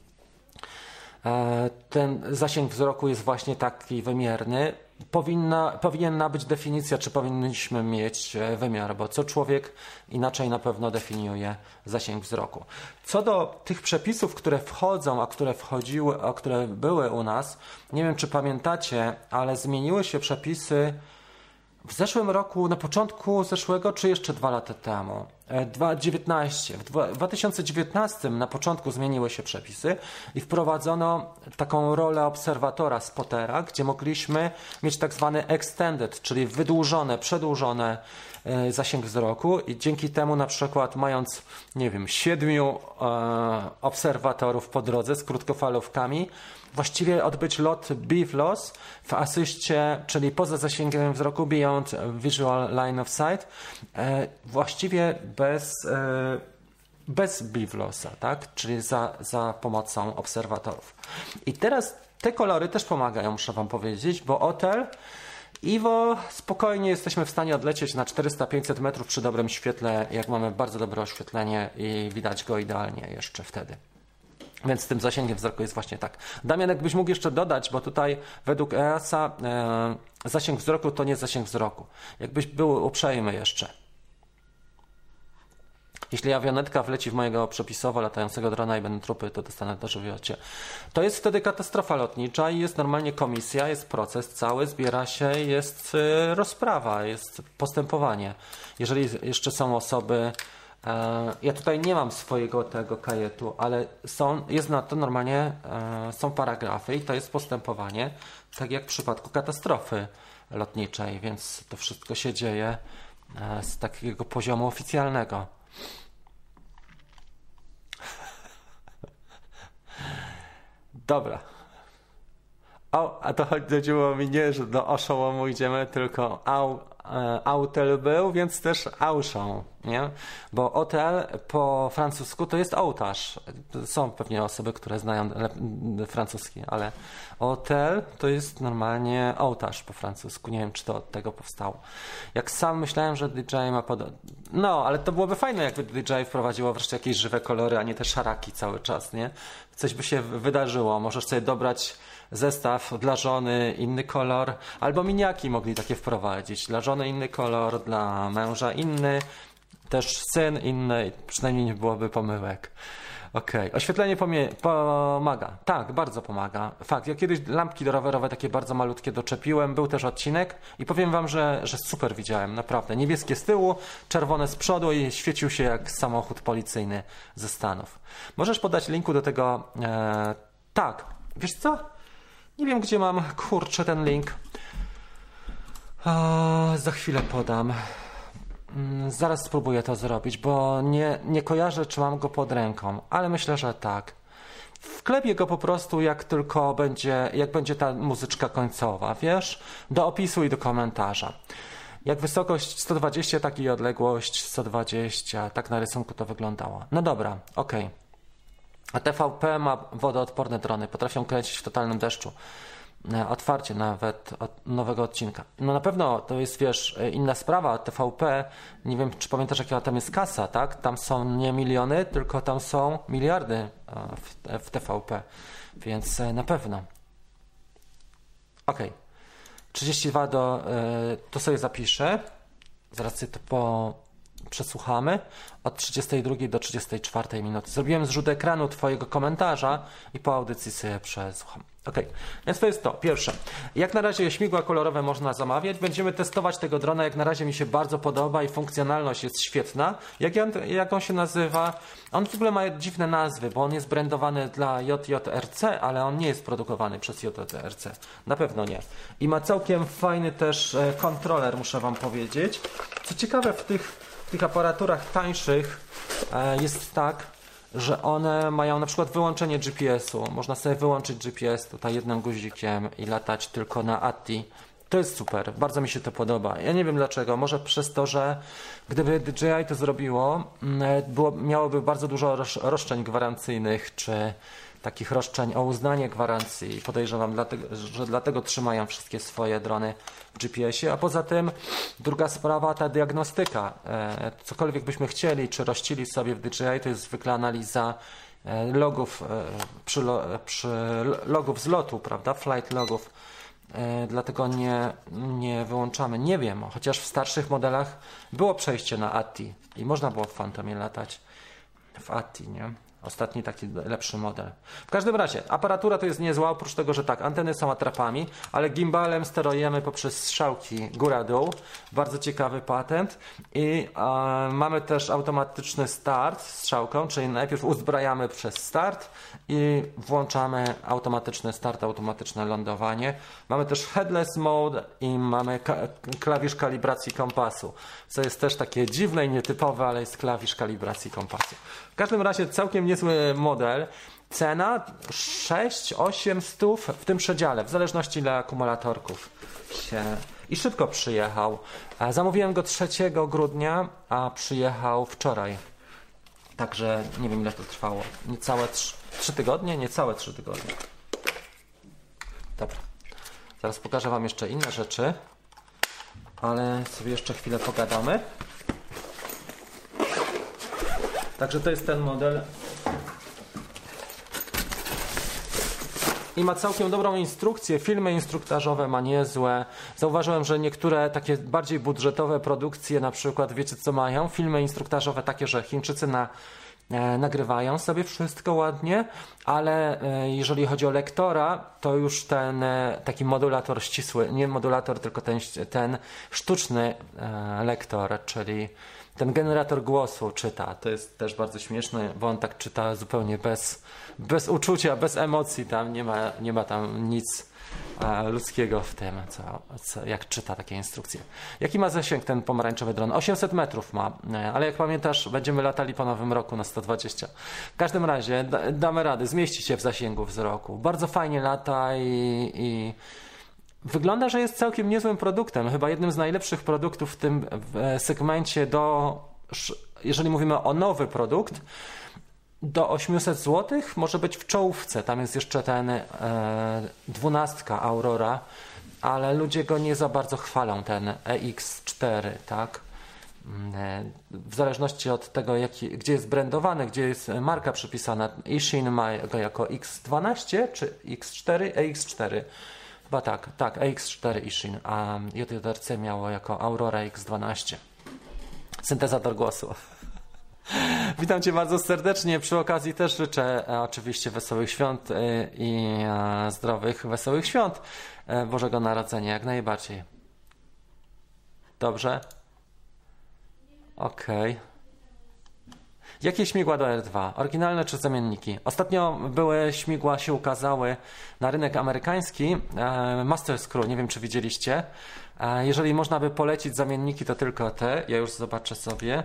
S1: ten zasięg wzroku jest właśnie taki wymierny. Powinna, powinna być definicja, czy powinniśmy mieć wymiar, bo co człowiek inaczej na pewno definiuje zasięg wzroku. Co do tych przepisów, które wchodzą, a które wchodziły, a które były u nas, nie wiem czy pamiętacie, ale zmieniły się przepisy w zeszłym roku, na początku zeszłego, czy jeszcze dwa lata temu? dwa tysiące dziewiętnastym. W dwa tysiące dziewiętnastym na początku zmieniły się przepisy i wprowadzono taką rolę obserwatora, spotera, gdzie mogliśmy mieć tak zwany extended, czyli wydłużone, przedłużone zasięg wzroku i dzięki temu na przykład mając, nie wiem, siedmiu e, obserwatorów po drodze z krótkofalówkami, właściwie odbyć lot BVLOS w asyście, czyli poza zasięgiem wzroku, beyond visual line of sight, e, właściwie bez, e, bez BVLOSa, tak? Czyli za, za pomocą obserwatorów. I teraz te kolory też pomagają, muszę wam powiedzieć, bo Otel Iwo spokojnie jesteśmy w stanie odlecieć na czterysta pięćset metrów przy dobrym świetle, jak mamy bardzo dobre oświetlenie i widać go idealnie jeszcze wtedy. Więc z tym zasięgiem wzroku jest właśnie tak. Damian, jakbyś mógł jeszcze dodać, bo tutaj według E A S A e, zasięg wzroku to nie zasięg wzroku. Jakbyś był uprzejmy jeszcze. Jeśli awionetka wleci w mojego przepisowo latającego drona i będą trupy, to dostanę dożywocie. To jest wtedy katastrofa lotnicza i jest normalnie komisja, jest proces cały, zbiera się, jest y, rozprawa, jest postępowanie. Jeżeli jeszcze są osoby, e, ja tutaj nie mam swojego tego kajetu, ale są, jest na to normalnie, e, są paragrafy i to jest postępowanie, tak jak w przypadku katastrofy lotniczej, więc to wszystko się dzieje e, z takiego poziomu oficjalnego. Dobra. O, a to chodziło mi nie, że do oszołomu idziemy, tylko au, e, autel był, więc też auszą, nie? Bo hotel po francusku to jest ołtarz. Są pewnie osoby, które znają francuski, ale hotel to jest normalnie ołtarz po francusku. Nie wiem, czy to od tego powstało. Jak sam myślałem, że D J ma pod... No, ale to byłoby fajne, jakby D J wprowadziło wreszcie jakieś żywe kolory, a nie te szaraki cały czas, nie? Coś by się wydarzyło. Możesz sobie dobrać zestaw dla żony, inny kolor, albo miniaki mogli takie wprowadzić. Dla żony inny kolor, dla męża inny, też syn inny, przynajmniej nie byłoby pomyłek. Okej, okay. Oświetlenie pomaga. Tak, bardzo pomaga. Fakt, ja kiedyś lampki do rowerowe takie bardzo malutkie doczepiłem, był też odcinek i powiem wam, że, że super widziałem, naprawdę. Niebieskie z tyłu, czerwone z przodu i świecił się jak samochód policyjny ze Stanów. Możesz podać linku do tego? E, tak, wiesz co? Nie wiem, gdzie mam, kurczę, ten link. O, za chwilę podam. Zaraz spróbuję to zrobić, bo nie, nie kojarzę, czy mam go pod ręką, ale myślę, że tak. Wklepię go po prostu, jak tylko będzie, jak będzie ta muzyczka końcowa, wiesz? Do opisu i do komentarza. Jak wysokość sto dwadzieścia, tak i odległość sto dwadzieścia. Tak na rysunku to wyglądało. No dobra, okej. Okay. A T V P ma wodoodporne drony, potrafią kręcić w totalnym deszczu. otwarcie nawet od nowego odcinka. No na pewno to jest, wiesz, inna sprawa, T V P, nie wiem, czy pamiętasz, jaka tam jest kasa, tak? Tam są nie miliony, tylko tam są miliardy w, w T V P, więc na pewno. Ok, trzydzieści dwa do, to sobie zapiszę, zaraz sobie to po... przesłuchamy od trzydziestej drugiej do trzydziestej czwartej minuty. Zrobiłem zrzut ekranu twojego komentarza i po audycji sobie przesłucham. Ok, więc to jest to. Pierwsze, jak na razie śmigła kolorowe można zamawiać. Będziemy testować tego drona. Jak na razie mi się bardzo podoba i funkcjonalność jest świetna. Jak, on, jak on się nazywa? On w ogóle ma dziwne nazwy, bo on jest brandowany dla J J R C, ale on nie jest produkowany przez J J R C. Na pewno nie. I ma całkiem fajny też kontroler, muszę wam powiedzieć. Co ciekawe, w tych, w tych aparaturach tańszych jest tak, że one mają na przykład wyłączenie G P S u. Można sobie wyłączyć G P S tutaj jednym guzikiem i latać tylko na A T I. To jest super, bardzo mi się to podoba. Ja nie wiem dlaczego, może przez to, że gdyby D J I to zrobiło, było, miałoby bardzo dużo roszczeń gwarancyjnych, czy takich roszczeń o uznanie gwarancji. Podejrzewam, dlatego, że dlatego trzymają wszystkie swoje drony w G P S ie. A poza tym druga sprawa, ta diagnostyka. E, cokolwiek byśmy chcieli, czy rościli sobie w D J I, to jest zwykle analiza e, logów, e, przy, lo, przy logów z lotu, prawda? Flight logów. E, dlatego nie, nie wyłączamy. Nie wiem, chociaż w starszych modelach było przejście na A T I i można było w Phantomie latać w A T I, nie? Ostatni taki lepszy model. W każdym razie, aparatura to jest niezła, oprócz tego, że tak, anteny są atrapami, ale gimbalem sterujemy poprzez strzałki góra-dół. Bardzo ciekawy patent. I e, mamy też automatyczny start strzałką, czyli najpierw uzbrajamy przez start i włączamy automatyczny start, automatyczne lądowanie. Mamy też headless mode i mamy ka klawisz kalibracji kompasu, co jest też takie dziwne i nietypowe, ale jest klawisz kalibracji kompasu. W każdym razie całkiem niezły model. Cena sześć osiem stów w tym przedziale, w zależności ile akumulatorków się... I szybko przyjechał. Zamówiłem go trzeciego grudnia, a przyjechał wczoraj. Także nie wiem, ile to trwało. Niecałe trzy tygodnie? Niecałe trzy tygodnie. Dobra. Zaraz pokażę wam jeszcze inne rzeczy, ale sobie jeszcze chwilę pogadamy. Także to jest ten model. I ma całkiem dobrą instrukcję, filmy instruktażowe ma niezłe. Zauważyłem, że niektóre takie bardziej budżetowe produkcje, na przykład, wiecie co mają? Filmy instruktażowe takie, że Chińczycy na, e, nagrywają sobie wszystko ładnie, ale e, jeżeli chodzi o lektora, to już ten e, taki modulator ścisły, nie modulator, tylko ten, ten sztuczny e, lektor, czyli ten generator głosu czyta. To jest też bardzo śmieszne, bo on tak czyta zupełnie bez, bez uczucia, bez emocji. Tam nie ma, nie ma tam nic e, ludzkiego w tym, co, co, jak czyta takie instrukcje. Jaki ma zasięg ten pomarańczowy dron? osiemset metrów ma, e, ale jak pamiętasz, będziemy latali po nowym roku na sto dwadzieścia. W każdym razie da, damy radę, zmieści się w zasięgu wzroku. Bardzo fajnie lata i... i wygląda, że jest całkiem niezłym produktem, chyba jednym z najlepszych produktów w tym segmencie do, jeżeli mówimy o nowy produkt, do osiemset złotych może być w czołówce. Tam jest jeszcze ten e, dwunastka Aurora, ale ludzie go nie za bardzo chwalą, ten E X cztery, tak? W zależności od tego, jaki, gdzie jest brandowany, gdzie jest marka przypisana. Ishin ma go jako X dwanaście czy X cztery, E X cztery. Chyba tak, tak, E X cztery Ishin, a J J R C miało jako Aurora X dwanaście. Syntezator głosu. Witam Cię bardzo serdecznie. Przy okazji też życzę e, oczywiście wesołych świąt e, i e, zdrowych, wesołych świąt e, Bożego Narodzenia, jak najbardziej. Dobrze? Okej. Okay. Jakie śmigła do R dwa? Oryginalne czy zamienniki? Ostatnio były śmigła, się ukazały na rynek amerykański. E, Master Screw, nie wiem czy widzieliście. E, jeżeli można by polecić zamienniki, to tylko te. Ja już zobaczę sobie.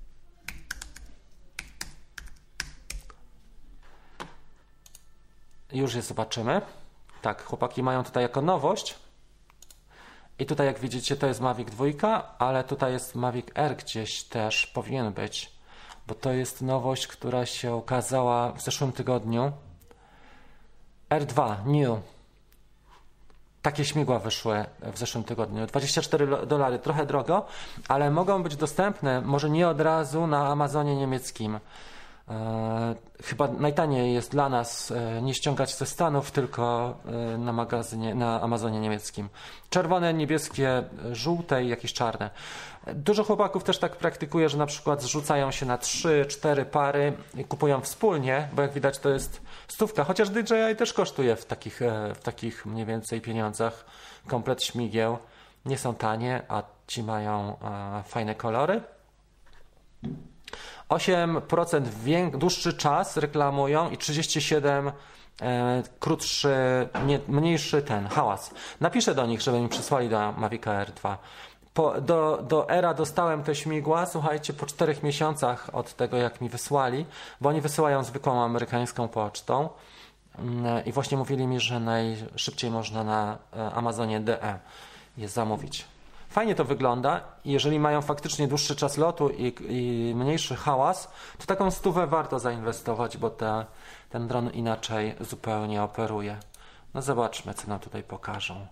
S1: Już je zobaczymy. Tak, chłopaki mają tutaj jako nowość. I tutaj jak widzicie to jest Mavic dwa, ale tutaj jest Mavic R gdzieś też powinien być. Bo to jest nowość, która się ukazała w zeszłym tygodniu. R dwa New. Takie śmigła wyszły w zeszłym tygodniu. dwadzieścia cztery dolary, trochę drogo, ale mogą być dostępne, może nie od razu, na Amazonie niemieckim. E, chyba najtaniej jest dla nas e, nie ściągać ze Stanów, tylko e, na magazynie, na Amazonie niemieckim. Czerwone, niebieskie, żółte i jakieś czarne. Dużo chłopaków też tak praktykuje, że na przykład zrzucają się na trzy, cztery pary i kupują wspólnie, bo jak widać to jest stówka, chociaż D J I też kosztuje w takich, w takich mniej więcej pieniądzach. Komplet śmigieł nie są tanie, a ci mają e, fajne kolory. osiem procent wię- dłuższy czas reklamują i trzydzieści siedem procent e, krótszy, nie, mniejszy ten hałas. Napiszę do nich, żeby mi przysłali do Mavica R dwa. Po, do, do Era dostałem te śmigła, słuchajcie, po czterech miesiącach od tego, jak mi wysłali, bo oni wysyłają zwykłą amerykańską pocztą i właśnie mówili mi, że najszybciej można na Amazonie D E je zamówić. Fajnie to wygląda i jeżeli mają faktycznie dłuższy czas lotu i, i mniejszy hałas, to taką stówę warto zainwestować, bo te, ten dron inaczej zupełnie operuje. No zobaczmy, co nam tutaj pokażą.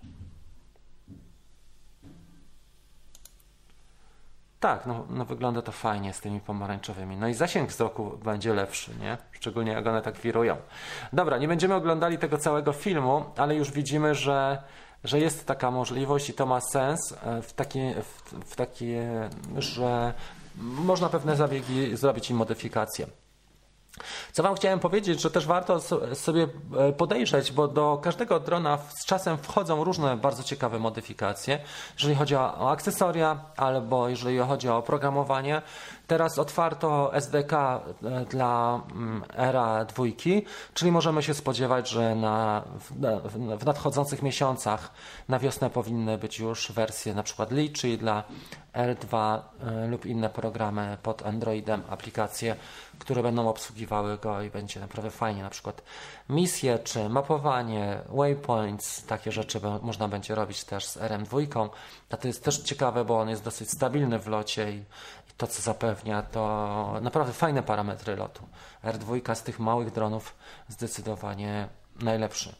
S1: Tak, no, no wygląda to fajnie z tymi pomarańczowymi. No i zasięg wzroku będzie lepszy, nie? Szczególnie jak one tak wirują. Dobra, nie będziemy oglądali tego całego filmu, ale już widzimy, że, że jest taka możliwość i to ma sens w taki, w, w taki, że można pewne zabiegi zrobić i modyfikacje. Co Wam chciałem powiedzieć, że też warto sobie podejrzeć, bo do każdego drona z czasem wchodzą różne bardzo ciekawe modyfikacje, jeżeli chodzi o akcesoria albo jeżeli chodzi o oprogramowanie. Teraz otwarto S D K dla Era dwa, czyli możemy się spodziewać, że na, w, w nadchodzących miesiącach na wiosnę powinny być już wersje na przykład Litchi dla R dwa lub inne programy pod Androidem, aplikacje, które będą obsługiwały go i będzie naprawdę fajnie, na przykład misje czy mapowanie, waypoints, takie rzeczy można będzie robić też z R M dwa, a to jest też ciekawe, bo on jest dosyć stabilny w locie i to, co zapewnia, to naprawdę fajne parametry lotu. R dwa z tych małych dronów zdecydowanie najlepszy.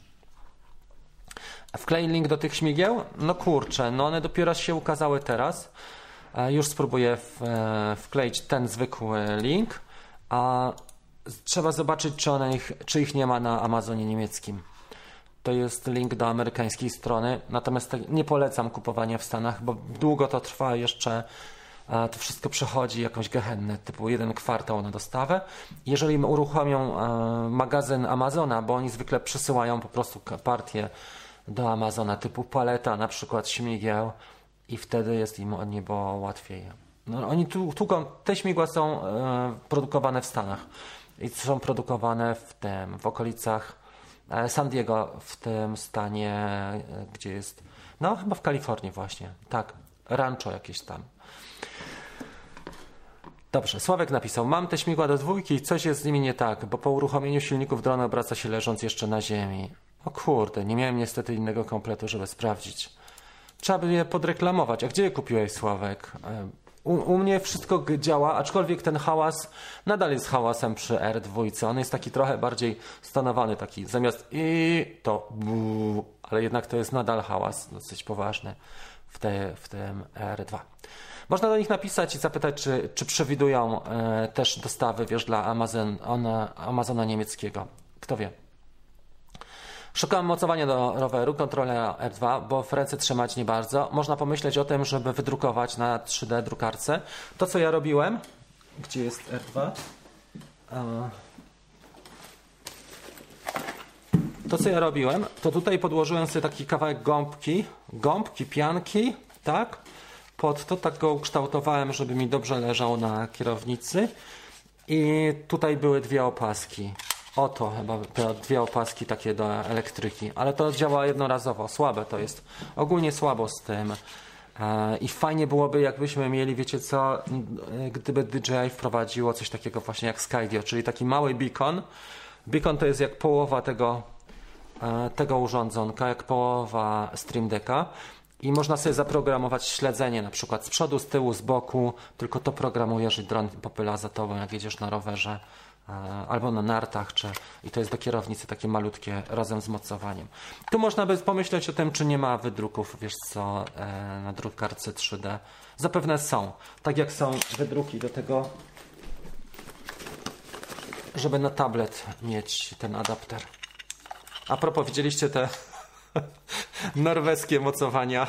S1: Wklej link do tych śmigieł? No kurczę, no one dopiero się ukazały teraz. Już spróbuję w, wkleić ten zwykły link, a trzeba zobaczyć, czy, one ich, czy ich nie ma na Amazonie niemieckim. To jest link do amerykańskiej strony, natomiast nie polecam kupowania w Stanach, bo długo to trwa jeszcze. To wszystko przechodzi jakąś gehennę, typu jeden kwartał na dostawę. Jeżeli uruchomią magazyn Amazona, bo oni zwykle przesyłają po prostu partię do Amazona, typu paleta, na przykład śmigieł, i wtedy jest im o niebo łatwiej. No, oni tu, tu, te śmigła są e, produkowane w Stanach i są produkowane w tym, w okolicach e, San Diego, w tym stanie, e, gdzie jest, no chyba w Kalifornii właśnie, tak, rancho jakieś tam. Dobrze, Sławek napisał, mam te śmigła do dwójki i coś jest z nimi nie tak, bo po uruchomieniu silników dron obraca się leżąc jeszcze na ziemi. O kurde, nie miałem niestety innego kompletu, żeby sprawdzić. Trzeba by je podreklamować. A gdzie je kupiłeś, Sławek? U, u mnie wszystko działa, aczkolwiek ten hałas nadal jest hałasem przy R dwa. On jest taki trochę bardziej stonowany, taki zamiast i to bu, ale jednak to jest nadal hałas dosyć poważny w, te, w tym R dwa. Można do nich napisać i zapytać, czy, czy przewidują e, też dostawy, wiesz, dla Amazon, ona, Amazona niemieckiego. Kto wie. Szukam mocowania do roweru, kontrolera R dwa, bo w ręce trzymać nie bardzo. Można pomyśleć o tym, żeby wydrukować na trzy D drukarce. To, co ja robiłem... Gdzie jest R dwa? To, co ja robiłem, to tutaj podłożyłem sobie taki kawałek gąbki, gąbki, pianki, tak? Pod to tak go ukształtowałem, żeby mi dobrze leżał na kierownicy. I tutaj były dwie opaski. Oto chyba te dwie opaski takie do elektryki, ale to działa jednorazowo, słabe to jest, ogólnie słabo z tym e, i fajnie byłoby, jakbyśmy mieli, wiecie co, gdyby D J I wprowadziło coś takiego właśnie jak Skydio, czyli taki mały beacon. Beacon to jest jak połowa tego, e, tego urządzonka, jak połowa Stream Decka i można sobie zaprogramować śledzenie, na przykład z przodu, z tyłu, z boku, tylko to programujesz i dron popyla za tobą, jak jedziesz na rowerze. albo na nartach, czy, i to jest do kierownicy takie malutkie razem z mocowaniem. Tu można by pomyśleć o tym, czy nie ma wydruków, wiesz co, na drukarce trzy D. Zapewne są, tak jak są wydruki do tego, żeby na tablet mieć ten adapter. A propos, widzieliście te norweskie mocowania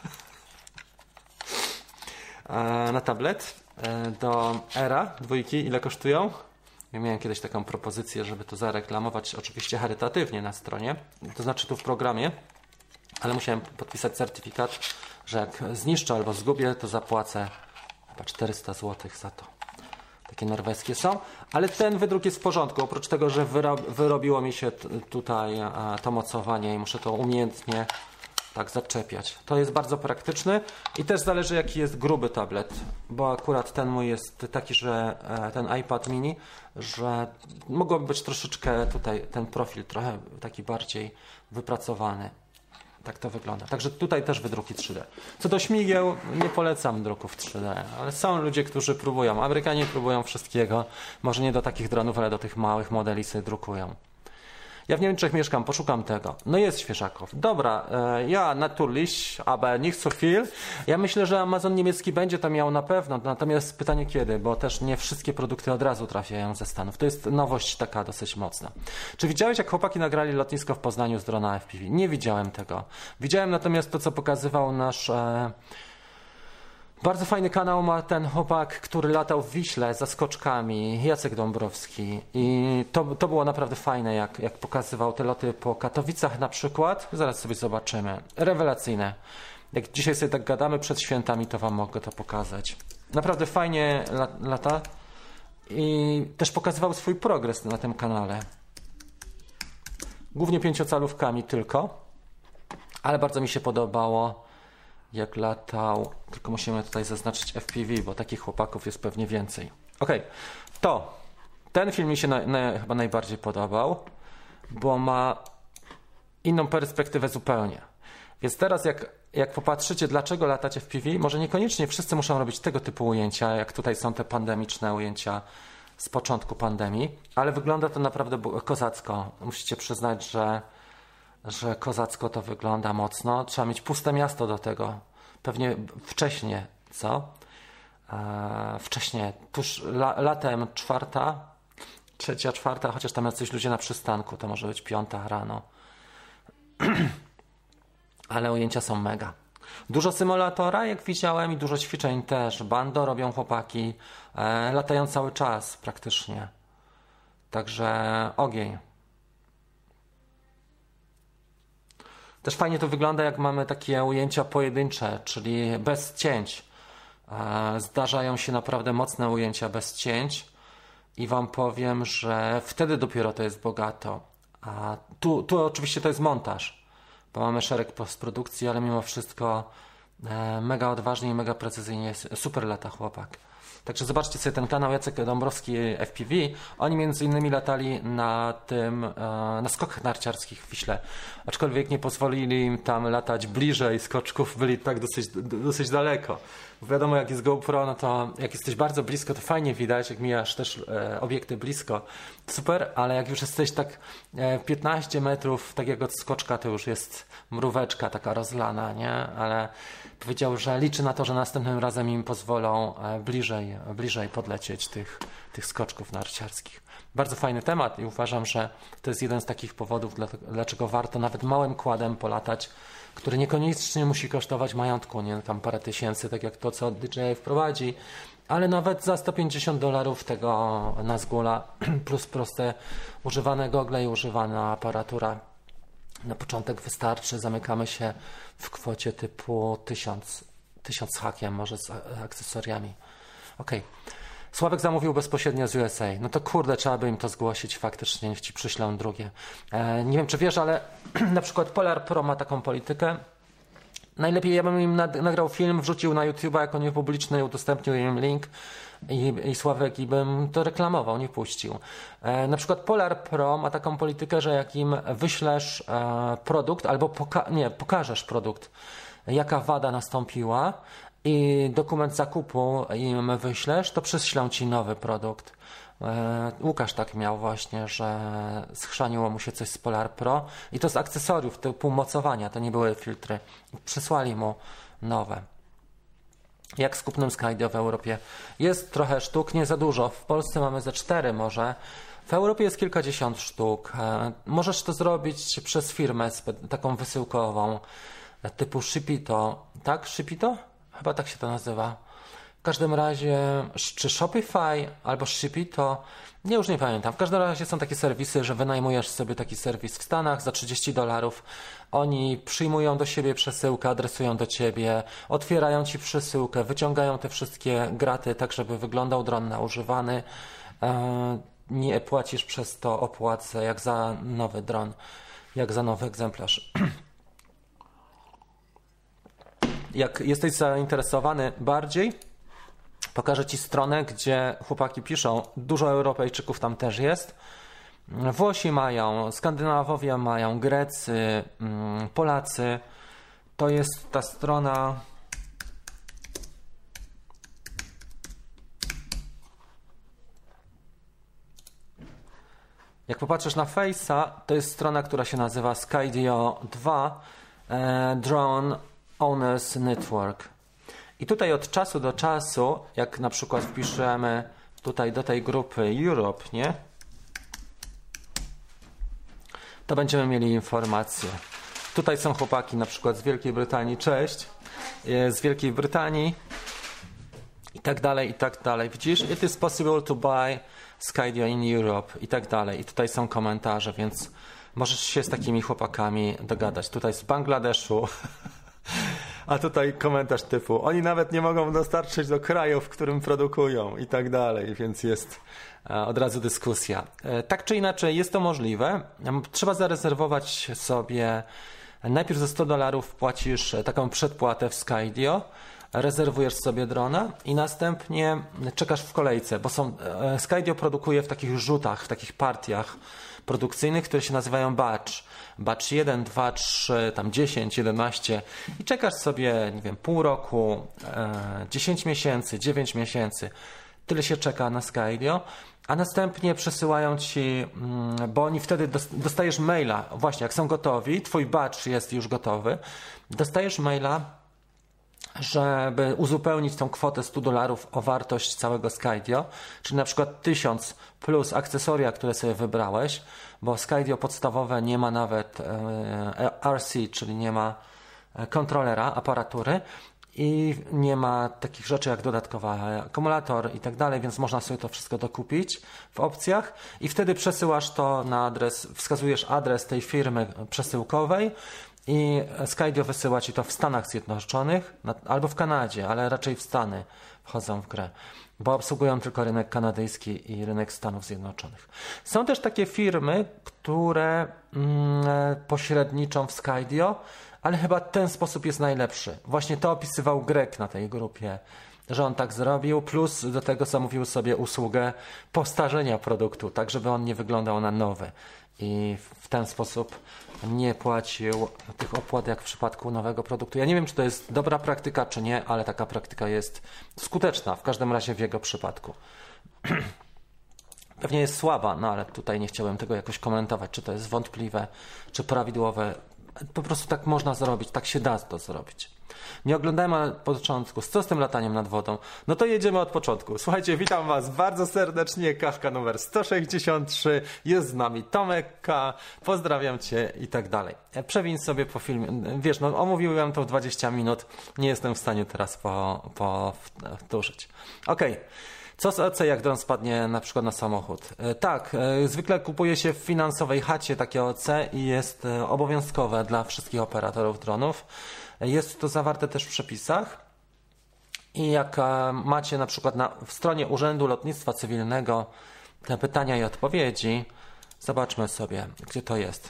S1: na tablet do Era dwójki? Ile kosztują? Ja miałem kiedyś taką propozycję, żeby to zareklamować, oczywiście charytatywnie na stronie, to znaczy tu w programie, ale musiałem podpisać certyfikat, że jak zniszczę albo zgubię, to zapłacę chyba czterysta złotych za to. Takie norweskie są, ale ten wydruk jest w porządku, oprócz tego, że wyrob, wyrobiło mi się t, tutaj a, to mocowanie i muszę to umiejętnie tak zaczepiać. To jest bardzo praktyczny i też zależy, jaki jest gruby tablet, bo akurat ten mój jest taki, że e, ten iPad mini, że mogłoby być troszeczkę tutaj ten profil trochę taki bardziej wypracowany. Tak to wygląda. Także tutaj też wydruki trzy D. Co do śmigieł, nie polecam druków trzy D, ale są ludzie, którzy próbują. Amerykanie próbują wszystkiego. Może nie do takich dronów, ale do tych małych modeli sobie drukują. Ja w Niemczech mieszkam, poszukam tego. No jest świeżaków. Dobra, e, ja natürlich, aber nicht so viel. Ja myślę, że Amazon niemiecki będzie to miał na pewno, natomiast pytanie kiedy, bo też nie wszystkie produkty od razu trafiają ze Stanów. To jest nowość taka dosyć mocna. Czy widziałeś, jak chłopaki nagrali lotnisko w Poznaniu z drona F P V? Nie widziałem tego. Widziałem natomiast to, co pokazywał nasz... E, Bardzo fajny kanał ma ten chłopak, który latał w Wiśle za skoczkami, Jacek Dąbrowski. I to, to było naprawdę fajne, jak, jak pokazywał te loty po Katowicach na przykład. Zaraz sobie zobaczymy. Rewelacyjne. Jak dzisiaj sobie tak gadamy przed świętami, to wam mogę to pokazać. Naprawdę fajnie lata. I też pokazywał swój progres na tym kanale. Głównie pięciocalówkami tylko. Ale bardzo mi się podobało, jak latał, tylko musimy tutaj zaznaczyć F P V, bo takich chłopaków jest pewnie więcej. Ok, to ten film mi się na, na, chyba najbardziej podobał, bo ma inną perspektywę zupełnie. Więc teraz jak, jak popatrzycie, dlaczego latać F P V, może niekoniecznie wszyscy muszą robić tego typu ujęcia, jak tutaj są te pandemiczne ujęcia z początku pandemii, ale wygląda to naprawdę kozacko. Musicie przyznać, że że kozacko to wygląda mocno. Trzeba mieć puste miasto do tego. Pewnie wcześniej, co? Eee, wcześniej, tuż la, latem czwarta, trzecia, czwarta, chociaż tam jacyś ludzie na przystanku, to może być piąta rano. Ale ujęcia są mega. Dużo symulatora, jak widziałem, i dużo ćwiczeń też. Bando robią chłopaki. Eee, latają cały czas praktycznie. Także ogień. Też fajnie to wygląda, jak mamy takie ujęcia pojedyncze, czyli bez cięć. Zdarzają się naprawdę mocne ujęcia bez cięć i wam powiem, że wtedy dopiero to jest bogato. A tu, tu oczywiście to jest montaż, bo mamy szereg postprodukcji, ale mimo wszystko mega odważnie i mega precyzyjnie, super lata chłopak. Także zobaczcie sobie ten kanał Jacek Dąbrowski F P V. Oni między innymi latali na tym, na skokach narciarskich w Wiśle. Aczkolwiek nie pozwolili im tam latać bliżej skoczków, byli tak dosyć, dosyć daleko. Bo wiadomo, jak jest GoPro, no to jak jesteś bardzo blisko, to fajnie widać, jak mijasz też e, obiekty blisko. Super, ale jak już jesteś tak e, piętnaście metrów, tak jak od skoczka, to już jest mróweczka taka rozlana, nie? Ale powiedział, że liczy na to, że następnym razem im pozwolą e, bliżej, bliżej podlecieć tych, tych skoczków narciarskich. Bardzo fajny temat i uważam, że to jest jeden z takich powodów, dlaczego warto nawet małym kładem polatać, który niekoniecznie musi kosztować majątku, nie tam parę tysięcy, tak jak to, co D J I wprowadzi, ale nawet za sto pięćdziesiąt dolarów tego Nazgula plus proste używane gogle i używana aparatura na początek wystarczy. Zamykamy się w kwocie typu tysiąc, tysiąc z hakiem, może z akcesoriami. Okej. Okay. Sławek zamówił bezpośrednio z U S A. No to kurde, trzeba by im to zgłosić faktycznie, niech ci przyślą drugie. E, nie wiem, czy wiesz, ale na przykład Polar Pro ma taką politykę. Najlepiej ja bym im nad, nagrał film, wrzucił na YouTube'a jako niepubliczny, udostępnił im link i, i Sławek i bym to reklamował, nie puścił. E, na przykład Polar Pro ma taką politykę, że jak im wyślesz e, produkt albo poka- nie, pokażesz produkt, jaka wada nastąpiła, i dokument zakupu im wyślesz, to prześlą ci nowy produkt. Łukasz tak miał właśnie, że schrzaniło mu się coś z Polar Pro i to z akcesoriów typu mocowania, to nie były filtry. Przysłali mu nowe. Jak z kupnem Skydio w Europie. Jest trochę sztuk, nie za dużo. W Polsce mamy ze cztery może. W Europie jest kilkadziesiąt sztuk. Możesz to zrobić przez firmę taką wysyłkową typu Shipito. Tak? Shipito? Chyba tak się to nazywa. W każdym razie, czy Shopify albo Shipito, nie już nie pamiętam. W każdym razie są takie serwisy, że wynajmujesz sobie taki serwis w Stanach za trzydzieści dolarów. Oni przyjmują do siebie przesyłkę, adresują do ciebie, otwierają ci przesyłkę, wyciągają te wszystkie graty tak, żeby wyglądał dron na używany. Nie płacisz przez to opłatę jak za nowy dron, jak za nowy egzemplarz. Jak jesteś zainteresowany bardziej, pokażę ci stronę, gdzie chłopaki piszą, dużo Europejczyków tam też jest. Włosi mają, Skandynawowie mają, Grecy, Polacy. To jest ta strona. Jak popatrzysz na Face'a, to jest strona, która się nazywa Skydio dwa e, Drone Owners Network. I tutaj od czasu do czasu, jak na przykład wpiszemy tutaj do tej grupy Europe, nie? To będziemy mieli informacje. Tutaj są chłopaki na przykład z Wielkiej Brytanii, cześć, z Wielkiej Brytanii i tak dalej, i tak dalej. Widzisz? It is possible to buy Skydio in Europe i tak dalej. I tutaj są komentarze, więc możesz się z takimi chłopakami dogadać. Tutaj z Bangladeszu. A tutaj komentarz typu, oni nawet nie mogą dostarczyć do kraju, w którym produkują i tak dalej, więc jest od razu dyskusja. Tak czy inaczej jest to możliwe. Trzeba zarezerwować sobie, najpierw za sto dolarów płacisz taką przedpłatę w Skydio, rezerwujesz sobie drona i następnie czekasz w kolejce, bo są, Skydio produkuje w takich rzutach, w takich partiach produkcyjnych, które się nazywają batch. Batch jeden, dwa, trzy, tam dziesięć, jedenaście i czekasz sobie, nie wiem, pół roku, dziesięć miesięcy, dziewięć miesięcy. Tyle się czeka na Skydio, a następnie przesyłają ci, bo oni wtedy dostajesz maila, właśnie jak są gotowi, twój batch jest już gotowy, dostajesz maila, żeby uzupełnić tą kwotę sto dolarów o wartość całego Skydio, czyli na przykład tysiąc plus akcesoria, które sobie wybrałeś, bo Skydio podstawowe nie ma nawet R C, czyli nie ma kontrolera, aparatury i nie ma takich rzeczy jak dodatkowy akumulator i tak dalej, więc można sobie to wszystko dokupić w opcjach i wtedy przesyłasz to na adres, wskazujesz adres tej firmy przesyłkowej i Skydio wysyła ci to w Stanach Zjednoczonych albo w Kanadzie, ale raczej w Stany wchodzą w grę, bo obsługują tylko rynek kanadyjski i rynek Stanów Zjednoczonych. Są też takie firmy, które mm, pośredniczą w Skydio, ale chyba ten sposób jest najlepszy. Właśnie to opisywał Greg na tej grupie, że on tak zrobił, plus do tego zamówił sobie usługę postarzenia produktu, tak żeby on nie wyglądał na nowy. I w ten sposób nie płacił tych opłat jak w przypadku nowego produktu. Ja nie wiem, czy to jest dobra praktyka, czy nie, ale taka praktyka jest skuteczna, w każdym razie w jego przypadku. Pewnie jest słaba, no ale tutaj nie chciałem tego jakoś komentować, czy to jest wątpliwe, czy prawidłowe. Po prostu tak można zrobić, tak się da to zrobić. Nie oglądałem od początku. Co z tym lataniem nad wodą? No to jedziemy od początku. Słuchajcie, witam Was bardzo serdecznie. Kawka numer sto sześćdziesiąt trzy. Jest z nami Tomek K. Pozdrawiam Cię i tak dalej. Przewiń sobie po filmie. Wiesz, no omówiłem to w dwadzieścia minut. Nie jestem w stanie teraz powtórzyć. Okej. Okay. Co z O C, jak dron spadnie na przykład na samochód? Tak, zwykle kupuje się w finansowej chacie takie O C i jest obowiązkowe dla wszystkich operatorów dronów. Jest to zawarte też w przepisach i jak macie na przykład na, w stronie Urzędu Lotnictwa Cywilnego te pytania i odpowiedzi, zobaczmy sobie, gdzie to jest.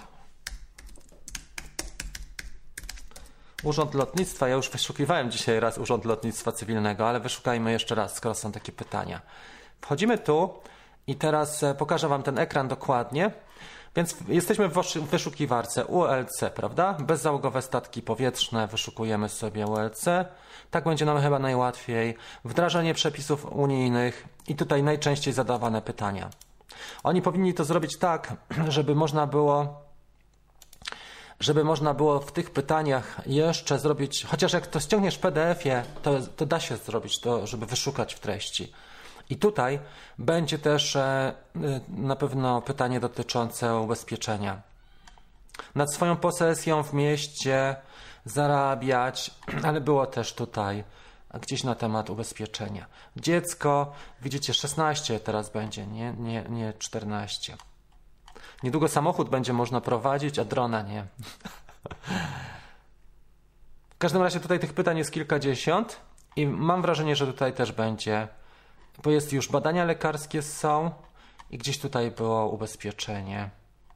S1: Urząd Lotnictwa, ja już wyszukiwałem dzisiaj raz Urząd Lotnictwa Cywilnego, ale wyszukajmy jeszcze raz, skoro są takie pytania. Wchodzimy tu i teraz pokażę Wam ten ekran dokładnie, Więc jesteśmy w wyszukiwarce U L C, prawda? Bezzałogowe statki powietrzne, wyszukujemy sobie U L C. Tak będzie nam chyba najłatwiej. Wdrażanie przepisów unijnych i tutaj najczęściej zadawane pytania. Oni powinni to zrobić tak, żeby można było, żeby można było w tych pytaniach jeszcze zrobić, chociaż jak to ściągniesz w P D F ie, to, to da się zrobić to, żeby wyszukać w treści. I tutaj będzie też e, na pewno pytanie dotyczące ubezpieczenia. Nad swoją posesją w mieście zarabiać, ale było też tutaj gdzieś na temat ubezpieczenia. Dziecko, widzicie, szesnaście teraz będzie, nie, nie, nie czternaście. Niedługo samochód będzie można prowadzić, a drona nie. W każdym razie tutaj tych pytań jest kilkadziesiąt i mam wrażenie, że tutaj też będzie, bo jest już badania lekarskie są i gdzieś tutaj było ubezpieczenie.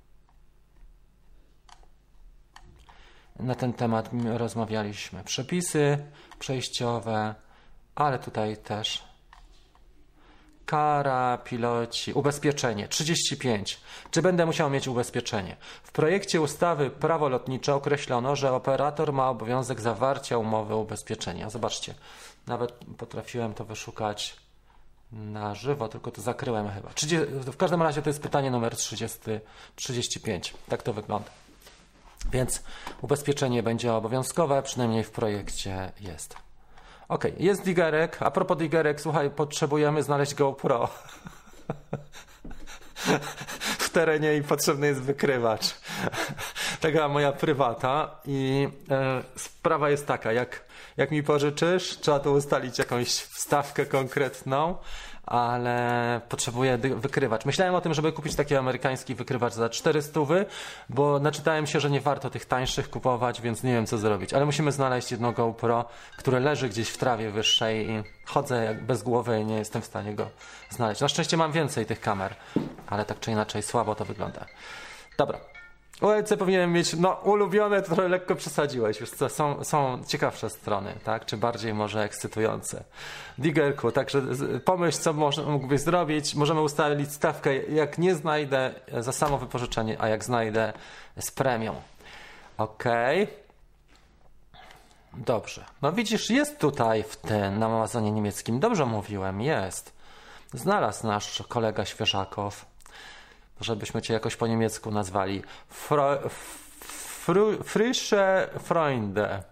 S1: Na ten temat rozmawialiśmy. Przepisy przejściowe, ale tutaj też kara, piloci, ubezpieczenie, trzydzieści pięć. Czy będę musiał mieć ubezpieczenie? W projekcie ustawy Prawo lotnicze określono, że operator ma obowiązek zawarcia umowy o ubezpieczenia. Zobaczcie, nawet potrafiłem to wyszukać na żywo, tylko to zakryłem chyba. trzydzieści, w każdym razie to jest pytanie numer trzydzieści, trzydzieści pięć. Tak to wygląda. Więc ubezpieczenie będzie obowiązkowe, przynajmniej w projekcie jest. Ok, jest digerek. A propos digerek, słuchaj, potrzebujemy znaleźć GoPro w terenie i potrzebny jest wykrywacz. Taka moja prywata i e, sprawa jest taka, jak, jak mi pożyczysz, trzeba tu ustalić jakąś wstawkę konkretną, ale potrzebuję wykrywacz. Myślałem o tym, żeby kupić taki amerykański wykrywacz za czterysta, bo naczytałem się, że nie warto tych tańszych kupować, więc nie wiem co zrobić. Ale musimy znaleźć jedno GoPro, które leży gdzieś w trawie wyższej i chodzę jak bez głowy i nie jestem w stanie go znaleźć. Na szczęście mam więcej tych kamer, ale tak czy inaczej słabo to wygląda. Dobra. U L C powinienem mieć, no ulubione, to trochę lekko przesadziłeś, już co, są, są ciekawsze strony, tak, czy bardziej może ekscytujące. Digerku, także pomyśl, co można, mógłbyś zrobić, możemy ustalić stawkę, jak nie znajdę za samo wypożyczenie, a jak znajdę z premią. Okej. Okay. Dobrze, no widzisz, jest tutaj w tym, na Amazonie niemieckim, dobrze mówiłem, jest. Znalazł nasz kolega Świeżakow. Żebyśmy cię jakoś po niemiecku nazwali. Fro, fru, frische Freunde.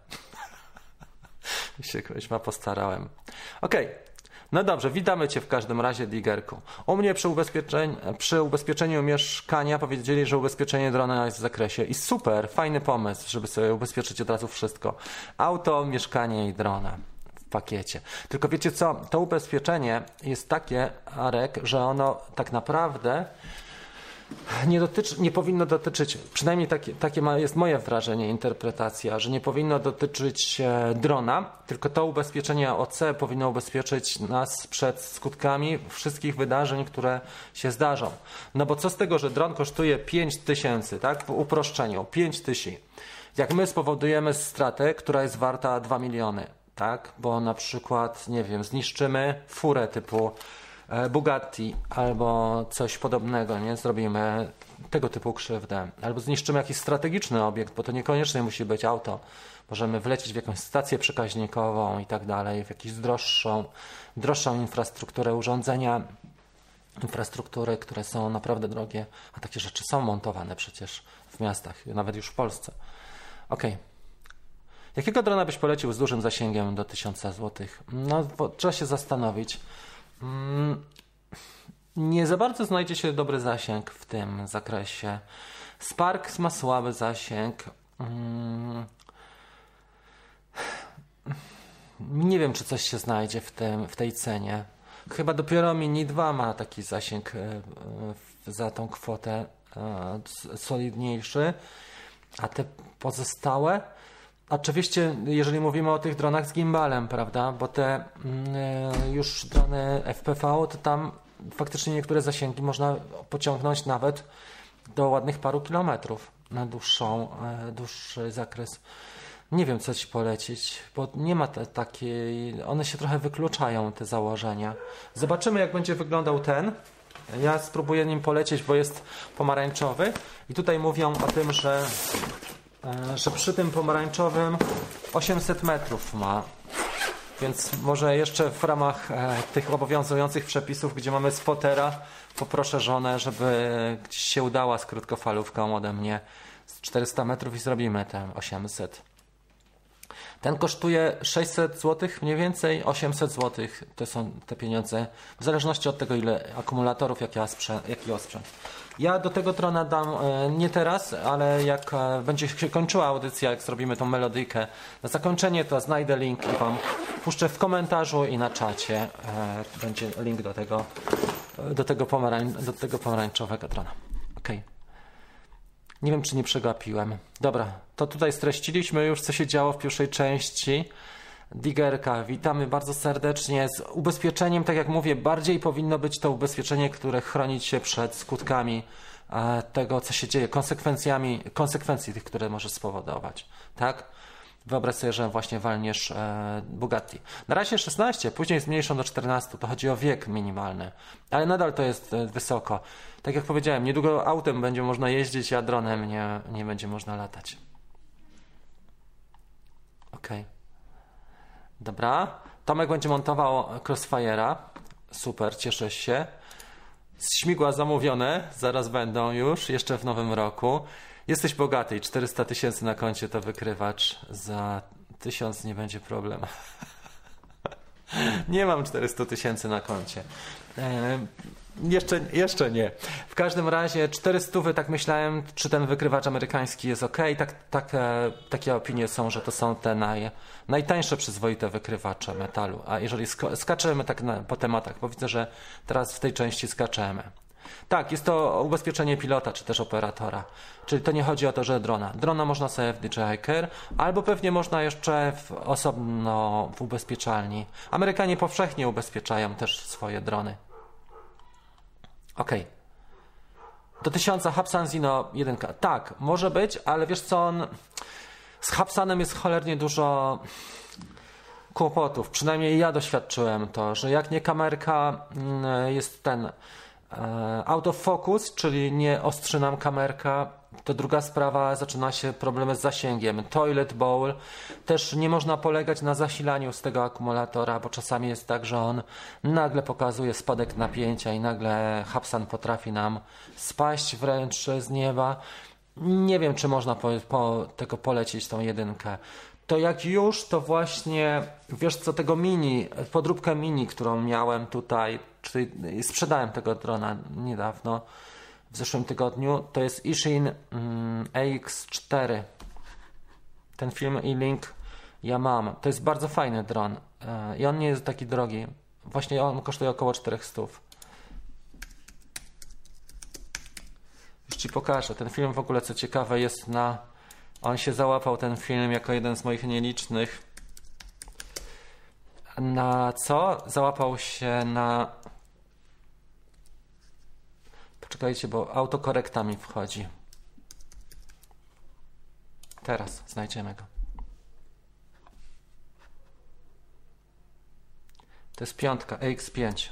S1: się chyba postarałem. Okej. Okay. No dobrze, witamy cię w każdym razie, Digerku. U mnie przy ubezpieczeniu, przy ubezpieczeniu mieszkania powiedzieli, że ubezpieczenie drona jest w zakresie. I super, fajny pomysł, żeby sobie ubezpieczyć od razu wszystko. Auto, mieszkanie i drona w pakiecie. Tylko wiecie co, to ubezpieczenie jest takie, Arek, że ono tak naprawdę Nie, dotyczy, nie powinno dotyczyć, przynajmniej takie, takie ma, jest moje wrażenie, interpretacja, że nie powinno dotyczyć e, drona, tylko to ubezpieczenie O C powinno ubezpieczyć nas przed skutkami wszystkich wydarzeń, które się zdarzą. No bo co z tego, że dron kosztuje pięć tysięcy, tak, w uproszczeniu, pięć tysięcy. Jak my spowodujemy stratę, która jest warta dwa miliony, tak, bo na przykład, nie wiem, zniszczymy furę typu Bugatti albo coś podobnego, nie? Zrobimy tego typu krzywdę. Albo zniszczymy jakiś strategiczny obiekt, bo to niekoniecznie musi być auto. Możemy wlecieć w jakąś stację przekaźnikową i tak dalej, w jakąś droższą, droższą infrastrukturę, urządzenia, infrastruktury, które są naprawdę drogie, a takie rzeczy są montowane przecież w miastach, nawet już w Polsce. Okej. Okay. Jakiego drona byś polecił z dużym zasięgiem do tysiąca złotych? No, bo trzeba się zastanowić. Nie za bardzo znajdzie się dobry zasięg w tym zakresie. Spark ma słaby zasięg. Nie wiem, czy coś się znajdzie w, tym, w tej cenie. Chyba dopiero Mini dwa ma taki zasięg za tą kwotę solidniejszy, a te pozostałe. Oczywiście, jeżeli mówimy o tych dronach z gimbalem, prawda, bo te y, już drony F P V, to tam faktycznie niektóre zasięgi można pociągnąć nawet do ładnych paru kilometrów na dłuższą, y, dłuższy zakres. Nie wiem, co ci polecić, bo nie ma te, takiej, one się trochę wykluczają, te założenia. Zobaczymy, jak będzie wyglądał ten. Ja spróbuję nim polecieć, bo jest pomarańczowy i tutaj mówią o tym, że, że przy tym pomarańczowym osiemset metrów ma. Więc może jeszcze w ramach tych obowiązujących przepisów, gdzie mamy spotera, poproszę żonę, żeby gdzieś się udała z krótkofalówką ode mnie z czterysta metrów i zrobimy ten osiemset. Ten kosztuje sześćset złotych, mniej więcej osiemset złotych. To są te pieniądze, w zależności od tego, ile akumulatorów, jaki sprzęt. Jaki osprzęt. Ja do tego drona dam e, nie teraz, ale jak e, będzie się kończyła audycja, jak zrobimy tą melodyjkę na zakończenie, to znajdę link i wam puszczę w komentarzu i na czacie. E, będzie link do tego, do tego, pomarań, do tego pomarańczowego drona. Okej. Nie wiem, czy nie przegapiłem. Dobra, to tutaj streściliśmy już, co się działo w pierwszej części. Digerka, witamy bardzo serdecznie. Z ubezpieczeniem, tak jak mówię, bardziej powinno być to ubezpieczenie, które chronić się przed skutkami e, tego, co się dzieje, konsekwencjami, konsekwencji tych, które może spowodować. Tak? Wyobraź sobie, że właśnie walniesz e, Bugatti. Na razie szesnaście, później zmniejszą do czternastu. To chodzi o wiek minimalny. Ale nadal to jest e, wysoko. Tak jak powiedziałem, niedługo autem będzie można jeździć, a dronem nie, nie będzie można latać. Okej. Okay. Dobra. Tomek będzie montował Crossfire'a. Super, cieszę się. Śmigła zamówione, zaraz będą już, jeszcze w nowym roku. Jesteś bogaty i czterysta tysięcy na koncie to wykrywacz. Za tysiąc nie będzie problemu. Nie mam czterysta tysięcy na koncie. E, jeszcze, jeszcze nie. W każdym razie czterysta, tak myślałem, czy ten wykrywacz amerykański jest ok. Tak, tak, e, takie opinie są, że to są te naj, najtańsze przyzwoite wykrywacze metalu. A jeżeli sk- skaczemy tak na, po tematach, bo widzę, że teraz w tej części skaczemy. Tak, jest to ubezpieczenie pilota czy też operatora. Czyli to nie chodzi o to, że drona. Drona można sobie w D J I Care, albo pewnie można jeszcze w, osobno w ubezpieczalni. Amerykanie powszechnie ubezpieczają też swoje drony. Ok. Do tysiąca Hubsan Zino jeden. Tak, może być, ale wiesz co, on z Hubsanem jest cholernie dużo kłopotów. Przynajmniej ja doświadczyłem to, że jak nie kamerka jest ten autofocus, czyli nie ostrzy nam kamerka, to druga sprawa, zaczyna się problemy z zasięgiem. Toilet bowl, też nie można polegać na zasilaniu z tego akumulatora, bo czasami jest tak, że on nagle pokazuje spadek napięcia i nagle Hubsan potrafi nam spaść wręcz z nieba. Nie wiem, czy można po, po tego polecić tą jedynkę. To jak już, to właśnie, wiesz co, tego mini, podróbkę mini, którą miałem tutaj, czyli sprzedałem tego drona niedawno, w zeszłym tygodniu, to jest Ishin mm, A X cztery. Ten film i link ja mam. To jest bardzo fajny dron yy, i on nie jest taki drogi. Właśnie on kosztuje około czterysta. Już ci pokażę. Ten film w ogóle, co ciekawe, jest na... On się załapał, ten film, jako jeden z moich nielicznych. Na co? Załapał się na... Poczekajcie, bo autokorekta mi wchodzi. Teraz znajdziemy go. To jest piątka, A X pięć.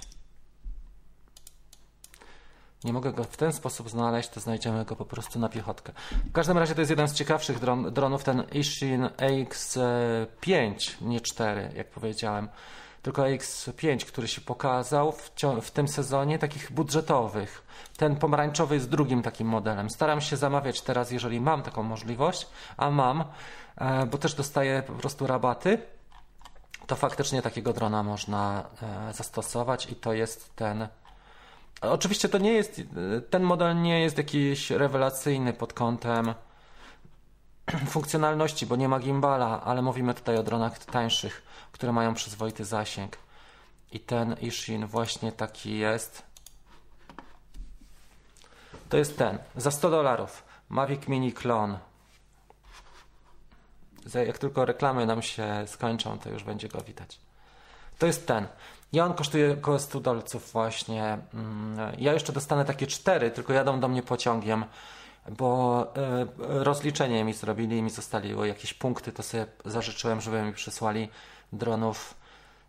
S1: Nie mogę go w ten sposób znaleźć, to znajdziemy go po prostu na piechotkę. W każdym razie to jest jeden z ciekawszych dron, dronów, ten Ishin A X pięć, nie cztery, jak powiedziałem, tylko A X pięć, który się pokazał w, w tym sezonie, takich budżetowych. Ten pomarańczowy jest drugim takim modelem. Staram się zamawiać teraz, jeżeli mam taką możliwość, a mam, bo też dostaję po prostu rabaty, to faktycznie takiego drona można zastosować i to jest ten... Oczywiście to nie jest, ten model nie jest jakiś rewelacyjny pod kątem funkcjonalności, bo nie ma gimbala, ale mówimy tutaj o dronach tańszych, które mają przyzwoity zasięg. I ten Ishin właśnie taki jest. To jest ten, za sto dolarów, Mavic Mini Clone. Jak tylko reklamy nam się skończą, to już będzie go widać. To jest ten. I on kosztuje około sto dolców właśnie. Ja jeszcze dostanę takie cztery, tylko jadą do mnie pociągiem, bo rozliczenie mi zrobili i mi zostaliły jakieś punkty, to sobie zażyczyłem, żeby mi przysłali dronów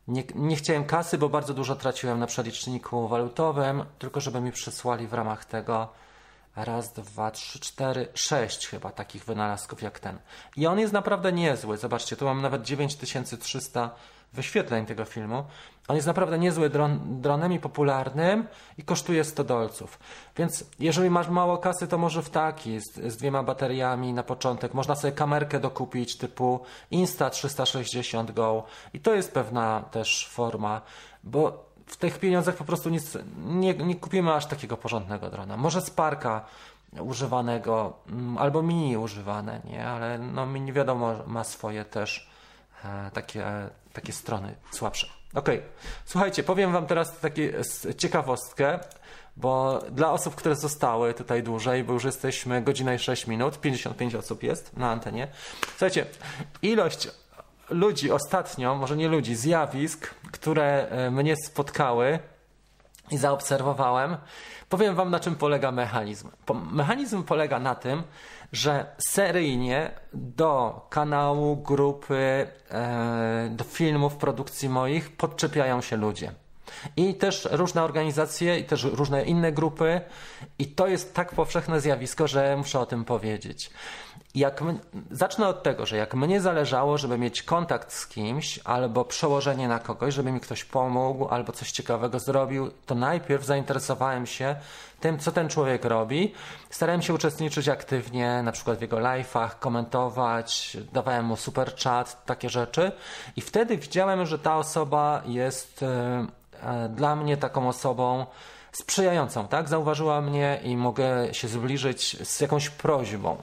S1: Nie, nie chciałem kasy, bo bardzo dużo traciłem na przeliczniku walutowym, tylko żeby mi przysłali w ramach tego raz, dwa, trzy, cztery, sześć chyba takich wynalazków jak ten. I on jest naprawdę niezły. Zobaczcie, tu mam nawet dziewięć tysięcy trzysta wyświetleń tego filmu. On jest naprawdę niezły dron, dronem i popularnym i kosztuje sto dolców. Więc jeżeli masz mało kasy, to może w taki, z, z dwiema bateriami na początek. Można sobie kamerkę dokupić typu Insta trzysta sześćdziesiąt Go i to jest pewna też forma, bo w tych pieniądzach po prostu nic, nie, nie kupimy aż takiego porządnego drona. Może Sparka używanego albo Mini używane, nie? Ale no Mini wiadomo ma swoje też e, takie, e, takie strony słabsze. Okej, okay. Słuchajcie, powiem wam teraz taką ciekawostkę, bo dla osób, które zostały tutaj dłużej, bo już jesteśmy godzinę i sześć minut, pięćdziesiąt pięć osób jest na antenie. Słuchajcie, ilość ludzi ostatnio, może nie ludzi, zjawisk, które mnie spotkały i zaobserwowałem, powiem wam, na czym polega mechanizm. Mechanizm polega na tym, że seryjnie do kanału, grupy, do filmów, produkcji moich podczepiają się ludzie. I też różne organizacje, i też różne inne grupy. I to jest tak powszechne zjawisko, że muszę o tym powiedzieć. Jak my, zacznę od tego, że jak mnie zależało, żeby mieć kontakt z kimś albo przełożenie na kogoś, żeby mi ktoś pomógł albo coś ciekawego zrobił, to najpierw zainteresowałem się tym, co ten człowiek robi. Starałem się uczestniczyć aktywnie, na przykład w jego live'ach, komentować, dawałem mu super chat, takie rzeczy. I wtedy widziałem, że ta osoba jest yy, dla mnie taką osobą sprzyjającą, tak? Zauważyła mnie i mogę się zbliżyć z jakąś prośbą.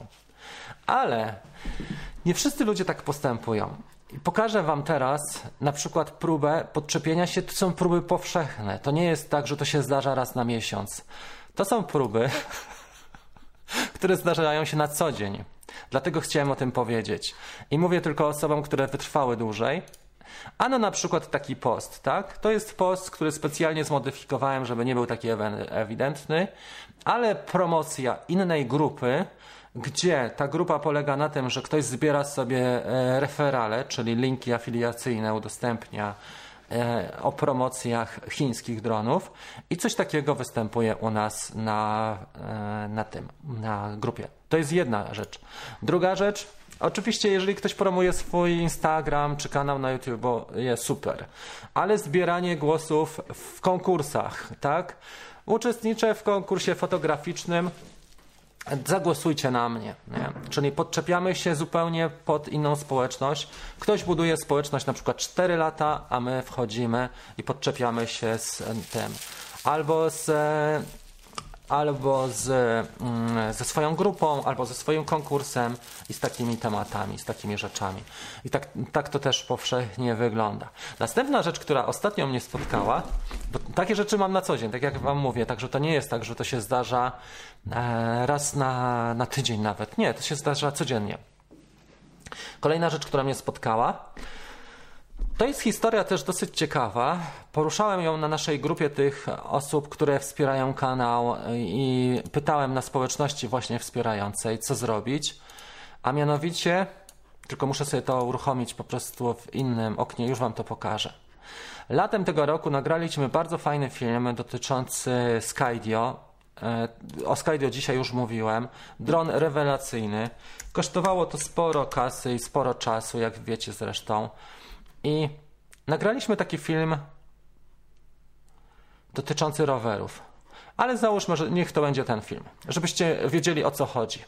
S1: Ale nie wszyscy ludzie tak postępują. I pokażę wam teraz na przykład próbę podczepienia się. To są próby powszechne. To nie jest tak, że to się zdarza raz na miesiąc. To są próby, które zdarzają się na co dzień. Dlatego chciałem o tym powiedzieć. I mówię tylko osobom, które wytrwały dłużej. Ano na przykład taki post, tak? To jest post, który specjalnie zmodyfikowałem, żeby nie był taki ewidentny, ale promocja innej grupy, gdzie ta grupa polega na tym, że ktoś zbiera sobie referale, czyli linki afiliacyjne, udostępnia o promocjach chińskich dronów i coś takiego występuje u nas na, na tym, na grupie. To jest jedna rzecz. Druga rzecz, oczywiście jeżeli ktoś promuje swój Instagram czy kanał na YouTube, bo jest super, ale zbieranie głosów w konkursach, tak? Uczestniczę w konkursie fotograficznym, zagłosujcie na mnie, nie? Czyli podczepiamy się zupełnie pod inną społeczność. Ktoś buduje społeczność na przykład cztery lata, a my wchodzimy i podczepiamy się z tym. Albo z, albo z, ze swoją grupą, albo ze swoim konkursem i z takimi tematami, z takimi rzeczami. I tak, tak to też powszechnie wygląda. Następna rzecz, która ostatnio mnie spotkała, bo takie rzeczy mam na co dzień, tak jak wam mówię, także to nie jest tak, że to się zdarza raz na, na tydzień nawet. Nie, to się zdarza codziennie. Kolejna rzecz, która mnie spotkała, to jest historia też dosyć ciekawa. Poruszałem ją na naszej grupie tych osób, które wspierają kanał i pytałem na społeczności właśnie wspierającej, co zrobić. A mianowicie, tylko muszę sobie to uruchomić po prostu w innym oknie, już wam to pokażę. Latem tego roku nagraliśmy bardzo fajny film dotyczący Skydio. O Skydio dzisiaj już mówiłem. Dron rewelacyjny. Kosztowało to sporo kasy i sporo czasu, jak wiecie zresztą. I nagraliśmy taki film dotyczący rowerów. Ale załóżmy, że niech to będzie ten film, żebyście wiedzieli, o co chodzi.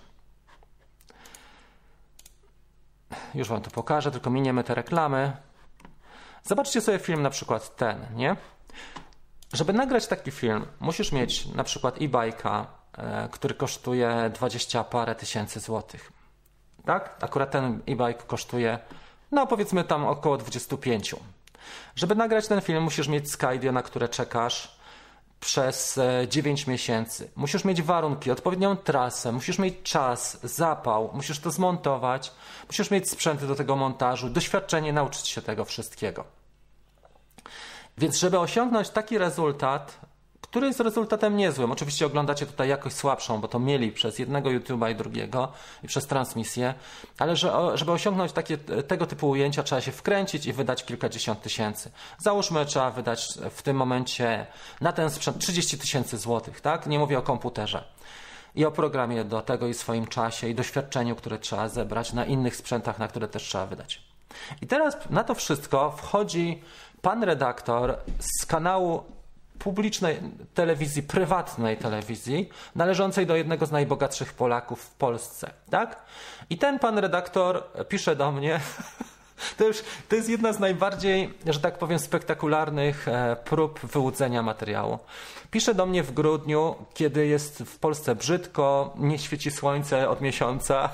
S1: Już wam to pokażę, tylko miniemy te reklamy. Zobaczcie sobie film na przykład ten, nie? Żeby nagrać taki film, musisz mieć na przykład e-bike'a, e, który kosztuje dwadzieścia parę tysięcy złotych. Tak? Akurat ten e-bike kosztuje, no powiedzmy tam około dwadzieścia pięć. Żeby nagrać ten film, musisz mieć Skydio, na które czekasz przez e, dziewięć miesięcy. Musisz mieć warunki, odpowiednią trasę, musisz mieć czas, zapał, musisz to zmontować, musisz mieć sprzęty do tego montażu, doświadczenie, nauczyć się tego wszystkiego. Więc żeby osiągnąć taki rezultat, który jest rezultatem niezłym. Oczywiście oglądacie tutaj jakość słabszą, bo to mieli przez jednego YouTube'a i drugiego i przez transmisję, ale że, żeby osiągnąć takie, tego typu ujęcia trzeba się wkręcić i wydać kilkadziesiąt tysięcy. Załóżmy, trzeba wydać w tym momencie na ten sprzęt trzydzieści tysięcy złotych, tak? Nie mówię o komputerze. I o programie do tego i swoim czasie i doświadczeniu, które trzeba zebrać na innych sprzętach, na które też trzeba wydać. I teraz na to wszystko wchodzi pan redaktor z kanału publicznej telewizji, prywatnej telewizji, należącej do jednego z najbogatszych Polaków w Polsce, tak? I ten pan redaktor pisze do mnie, to już to jest jedna z najbardziej, że tak powiem, spektakularnych e, prób wyłudzenia materiału. Pisze do mnie w grudniu, kiedy jest w Polsce brzydko, nie świeci słońce od miesiąca,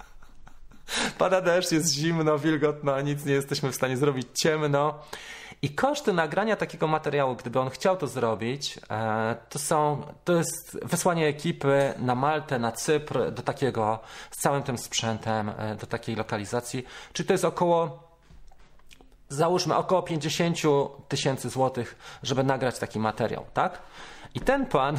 S1: pada deszcz, jest zimno, wilgotno, nic nie jesteśmy w stanie zrobić, ciemno. I koszty nagrania takiego materiału, gdyby on chciał to zrobić, to są, to jest wysłanie ekipy na Maltę, na Cypr, do takiego, z całym tym sprzętem, do takiej lokalizacji. Czyli to jest około, załóżmy, około pięćdziesiąt tysięcy złotych, żeby nagrać taki materiał, tak? I ten pan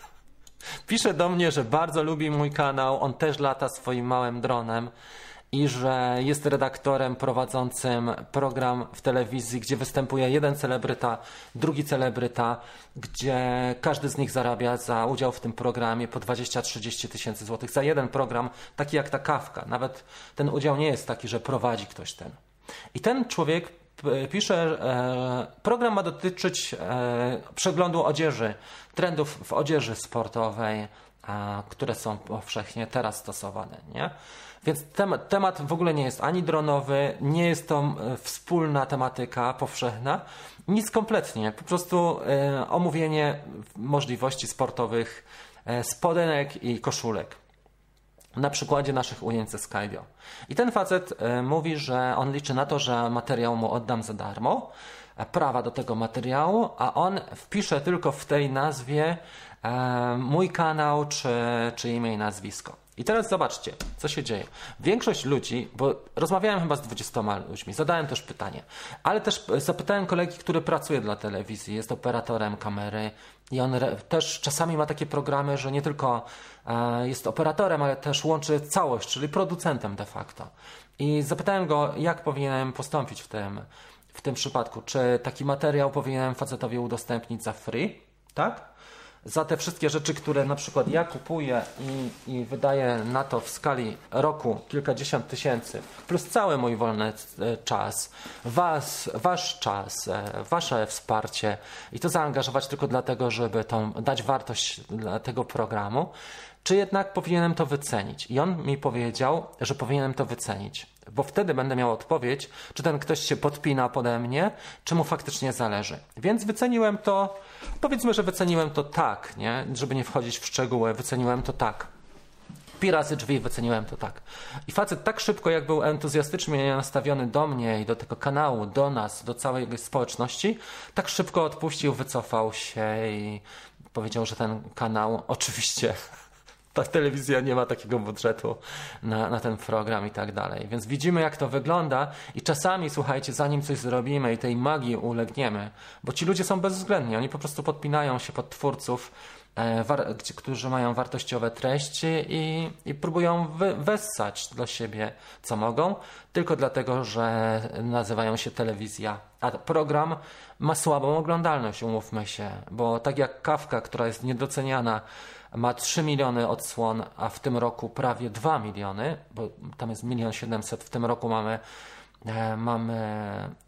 S1: pisze do mnie, że bardzo lubi mój kanał, on też lata swoim małym dronem i że jest redaktorem prowadzącym program w telewizji, gdzie występuje jeden celebryta, drugi celebryta, gdzie każdy z nich zarabia za udział w tym programie po dwadzieścia trzydzieści tysięcy złotych za jeden program, taki jak ta Kawka. Nawet ten udział nie jest taki, że prowadzi ktoś ten. I ten człowiek pisze, e, program ma dotyczyć e, przeglądu odzieży, trendów w odzieży sportowej, a, które są powszechnie teraz stosowane, nie? Więc temat, temat w ogóle nie jest ani dronowy, nie jest to wspólna tematyka powszechna, nic kompletnie. Po prostu e, omówienie możliwości sportowych e, spodenek i koszulek. Na przykładzie naszych ujęć ze Skydio. I ten facet e, mówi, że on liczy na to, że materiał mu oddam za darmo, e, prawa do tego materiału, a on wpisze tylko w tej nazwie e, mój kanał czy, czy imię i nazwisko. I teraz zobaczcie, co się dzieje. Większość ludzi, bo rozmawiałem chyba z dwudziestoma ludźmi, zadałem też pytanie, ale też zapytałem kolegi, który pracuje dla telewizji, jest operatorem kamery i on też czasami ma takie programy, że nie tylko jest operatorem, ale też łączy całość, czyli producentem de facto. I zapytałem go, jak powinienem postąpić w tym, w tym przypadku. Czy taki materiał powinienem facetowi udostępnić za free, tak? Za te wszystkie rzeczy, które na przykład ja kupuję i, i wydaję na to w skali roku kilkadziesiąt tysięcy, plus cały mój wolny czas, was, wasz czas, wasze wsparcie i to zaangażować tylko dlatego, żeby tą, dać wartość dla tego programu, czy jednak powinienem to wycenić? I on mi powiedział, że powinienem to wycenić, bo wtedy będę miał odpowiedź, czy ten ktoś się podpina pode mnie, czy mu faktycznie zależy. Więc wyceniłem to, powiedzmy, że wyceniłem to tak, nie? Żeby nie wchodzić w szczegóły, wyceniłem to tak. Pi razy drzwi wyceniłem to tak. I facet tak szybko, jak był entuzjastycznie nastawiony do mnie i do tego kanału, do nas, do całej społeczności, tak szybko odpuścił, wycofał się i powiedział, że ten kanał oczywiście... Ta telewizja nie ma takiego budżetu na, na ten program i tak dalej. Więc widzimy, jak to wygląda i czasami, słuchajcie, zanim coś zrobimy i tej magii ulegniemy, bo ci ludzie są bezwzględni, oni po prostu podpinają się pod twórców, e, war, którzy mają wartościowe treści i, i próbują wy, wessać dla siebie, co mogą, tylko dlatego, że nazywają się telewizja. A program ma słabą oglądalność, umówmy się, bo tak jak Kawka, która jest niedoceniana, ma trzy miliony odsłon, a w tym roku prawie dwa miliony, bo tam jest milion siedemset, w tym roku mamy, e, mamy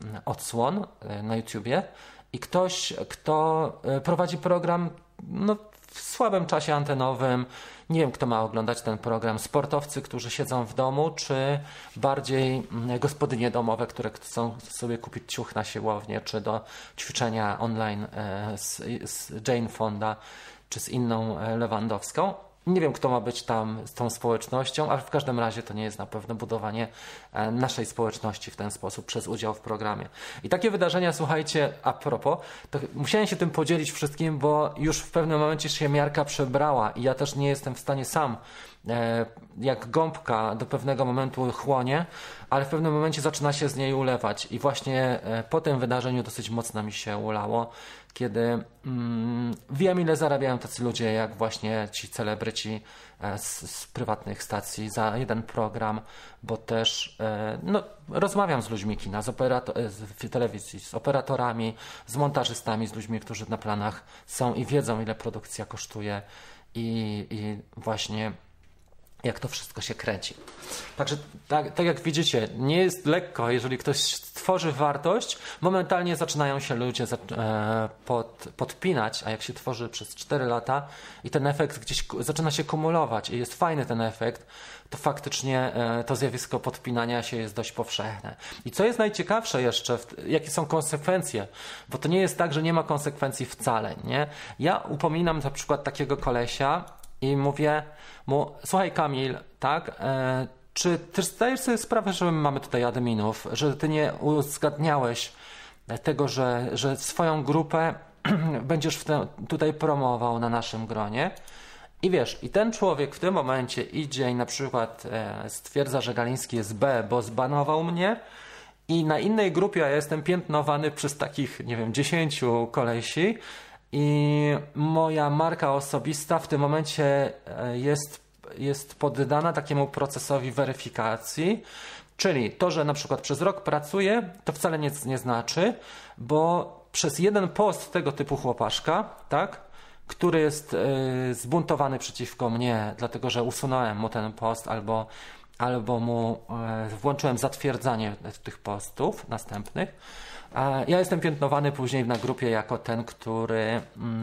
S1: odsłon e, na YouTubie i ktoś, kto e, prowadzi program no, w słabym czasie antenowym, nie wiem, kto ma oglądać ten program, sportowcy, którzy siedzą w domu, czy bardziej gospodynie domowe, które chcą sobie kupić ciuch na siłownię, czy do ćwiczenia online e, z, z Jane Fonda, czy z inną Lewandowską. Nie wiem, kto ma być tam z tą społecznością, ale w każdym razie to nie jest na pewno budowanie naszej społeczności w ten sposób przez udział w programie. I takie wydarzenia, słuchajcie, a propos, to musiałem się tym podzielić wszystkim, bo już w pewnym momencie się miarka przebrała i ja też nie jestem w stanie sam, jak gąbka do pewnego momentu chłonie, ale w pewnym momencie zaczyna się z niej ulewać i właśnie po tym wydarzeniu dosyć mocno mi się ulało, kiedy mm, wiem, ile zarabiają tacy ludzie, jak właśnie ci celebryci e, z, z prywatnych stacji za jeden program, bo też e, no, rozmawiam z ludźmi kina, z, operato- z telewizji, z operatorami, z montażystami, z ludźmi, którzy na planach są i wiedzą, ile produkcja kosztuje i, i właśnie jak to wszystko się kręci. Także tak, tak jak widzicie, nie jest lekko, jeżeli ktoś tworzy wartość, momentalnie zaczynają się ludzie pod, podpinać, a jak się tworzy przez cztery lata i ten efekt gdzieś zaczyna się kumulować i jest fajny ten efekt, to faktycznie to zjawisko podpinania się jest dość powszechne. I co jest najciekawsze jeszcze, jakie są konsekwencje, bo to nie jest tak, że nie ma konsekwencji wcale, nie? Ja upominam na przykład takiego kolesia i mówię mu, słuchaj Kamil, tak, e, czy ty zdajesz sobie sprawę, że my mamy tutaj adminów, że ty nie uzgadniałeś tego, że, że swoją grupę będziesz w te, tutaj promował na naszym gronie? I wiesz, i ten człowiek w tym momencie idzie i na przykład e, stwierdza, że Galiński jest B, bo zbanował mnie, i na innej grupie ja jestem piętnowany przez takich, nie wiem, dziesięciu kolesi, i moja marka osobista w tym momencie jest, jest poddana takiemu procesowi weryfikacji, czyli to, że na przykład przez rok pracuję, to wcale nic nie znaczy, bo przez jeden post tego typu chłopaszka, tak, który jest y, zbuntowany przeciwko mnie, dlatego że usunąłem mu ten post albo, albo mu y, włączyłem zatwierdzanie tych postów następnych, ja jestem piętnowany później na grupie jako ten, który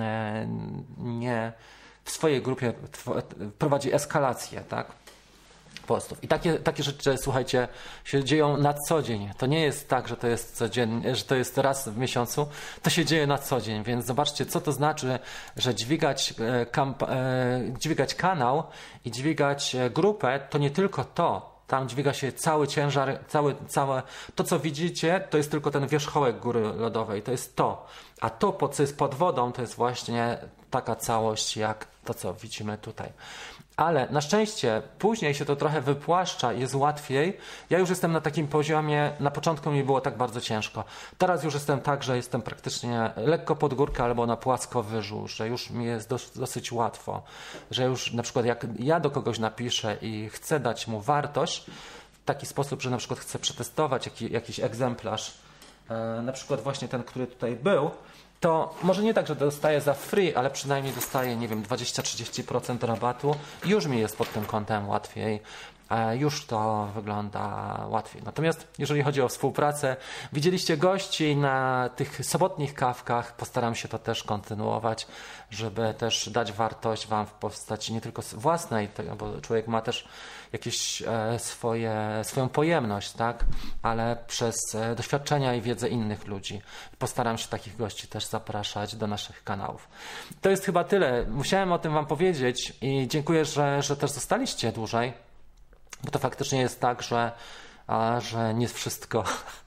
S1: nie w swojej grupie prowadzi eskalację, tak, postów. I takie, takie rzeczy, słuchajcie, się dzieją na co dzień. To nie jest tak, że to jest codziennie, że to jest raz w miesiącu. To się dzieje na co dzień, więc zobaczcie, co to znaczy, że dźwigać, kamp- dźwigać kanał i dźwigać grupę, to nie tylko to. Tam dźwiga się cały ciężar, cały, całe, to co widzicie, to jest tylko ten wierzchołek góry lodowej, to jest to. A to, co jest pod wodą, to jest właśnie taka całość, jak to, co widzimy tutaj. Ale na szczęście później się to trochę wypłaszcza, jest łatwiej. Ja już jestem na takim poziomie, na początku mi było tak bardzo ciężko. Teraz już jestem tak, że jestem praktycznie lekko pod górkę albo na płaskowyżu, że już mi jest dos- dosyć łatwo. Że już na przykład jak ja do kogoś napiszę i chcę dać mu wartość w taki sposób, że na przykład chcę przetestować jaki, jakiś egzemplarz, e, na przykład właśnie ten, który tutaj był, to może nie tak, że dostaję za free, ale przynajmniej dostaję, nie wiem, dwadzieścia do trzydziestu procent rabatu. Już mi jest pod tym kątem łatwiej. Już to wygląda łatwiej. Natomiast jeżeli chodzi o współpracę, widzieliście gości na tych sobotnich kawkach, postaram się to też kontynuować, żeby też dać wartość wam w postaci nie tylko własnej, bo człowiek ma też jakieś swoje, swoją pojemność, tak? Ale przez doświadczenia i wiedzę innych ludzi. Postaram się takich gości też zapraszać do naszych kanałów. To jest chyba tyle. Musiałem o tym wam powiedzieć i dziękuję, że, że też zostaliście dłużej. Bo to faktycznie jest tak, że, a, że nie wszystko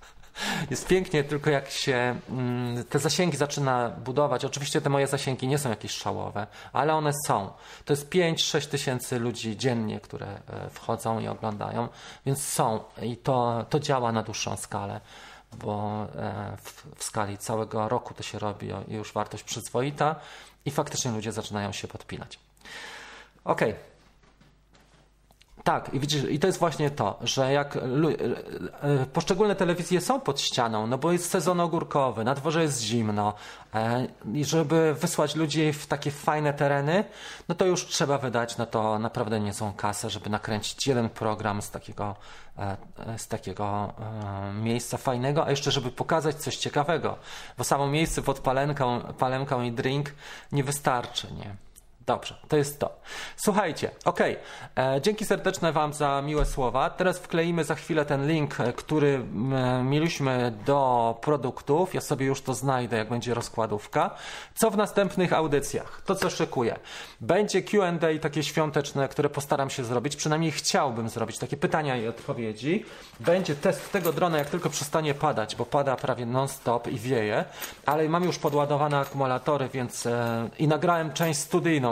S1: jest pięknie, tylko jak się mm, te zasięgi zaczyna budować. Oczywiście te moje zasięgi nie są jakieś szałowe, ale one są. To jest pięć sześć tysięcy ludzi dziennie, które e, wchodzą i oglądają, więc są i to, to działa na dłuższą skalę, bo e, w, w skali całego roku to się robi i już wartość przyzwoita i faktycznie ludzie zaczynają się podpinać. Okej. Okay. Tak, i widzisz, i to jest właśnie to, że jak poszczególne telewizje są pod ścianą, no bo jest sezon ogórkowy, na dworze jest zimno, i żeby wysłać ludzi w takie fajne tereny, no to już trzeba wydać na to naprawdę niezłą kasę, żeby nakręcić jeden program z takiego, z takiego miejsca fajnego, a jeszcze żeby pokazać coś ciekawego, bo samo miejsce pod palenką, palemką i drink nie wystarczy, nie? Dobrze, to jest to. Słuchajcie, okej, okay. Dzięki serdeczne wam za miłe słowa. Teraz wkleimy za chwilę ten link, który m, mieliśmy do produktów. Ja sobie już to znajdę, jak będzie rozkładówka. Co w następnych audycjach? To, co szykuję. Będzie Q and A takie świąteczne, które postaram się zrobić. Przynajmniej chciałbym zrobić takie pytania i odpowiedzi. Będzie test tego drona, jak tylko przestanie padać, bo pada prawie non-stop i wieje. Ale mam już podładowane akumulatory, więc e, i nagrałem część studyjną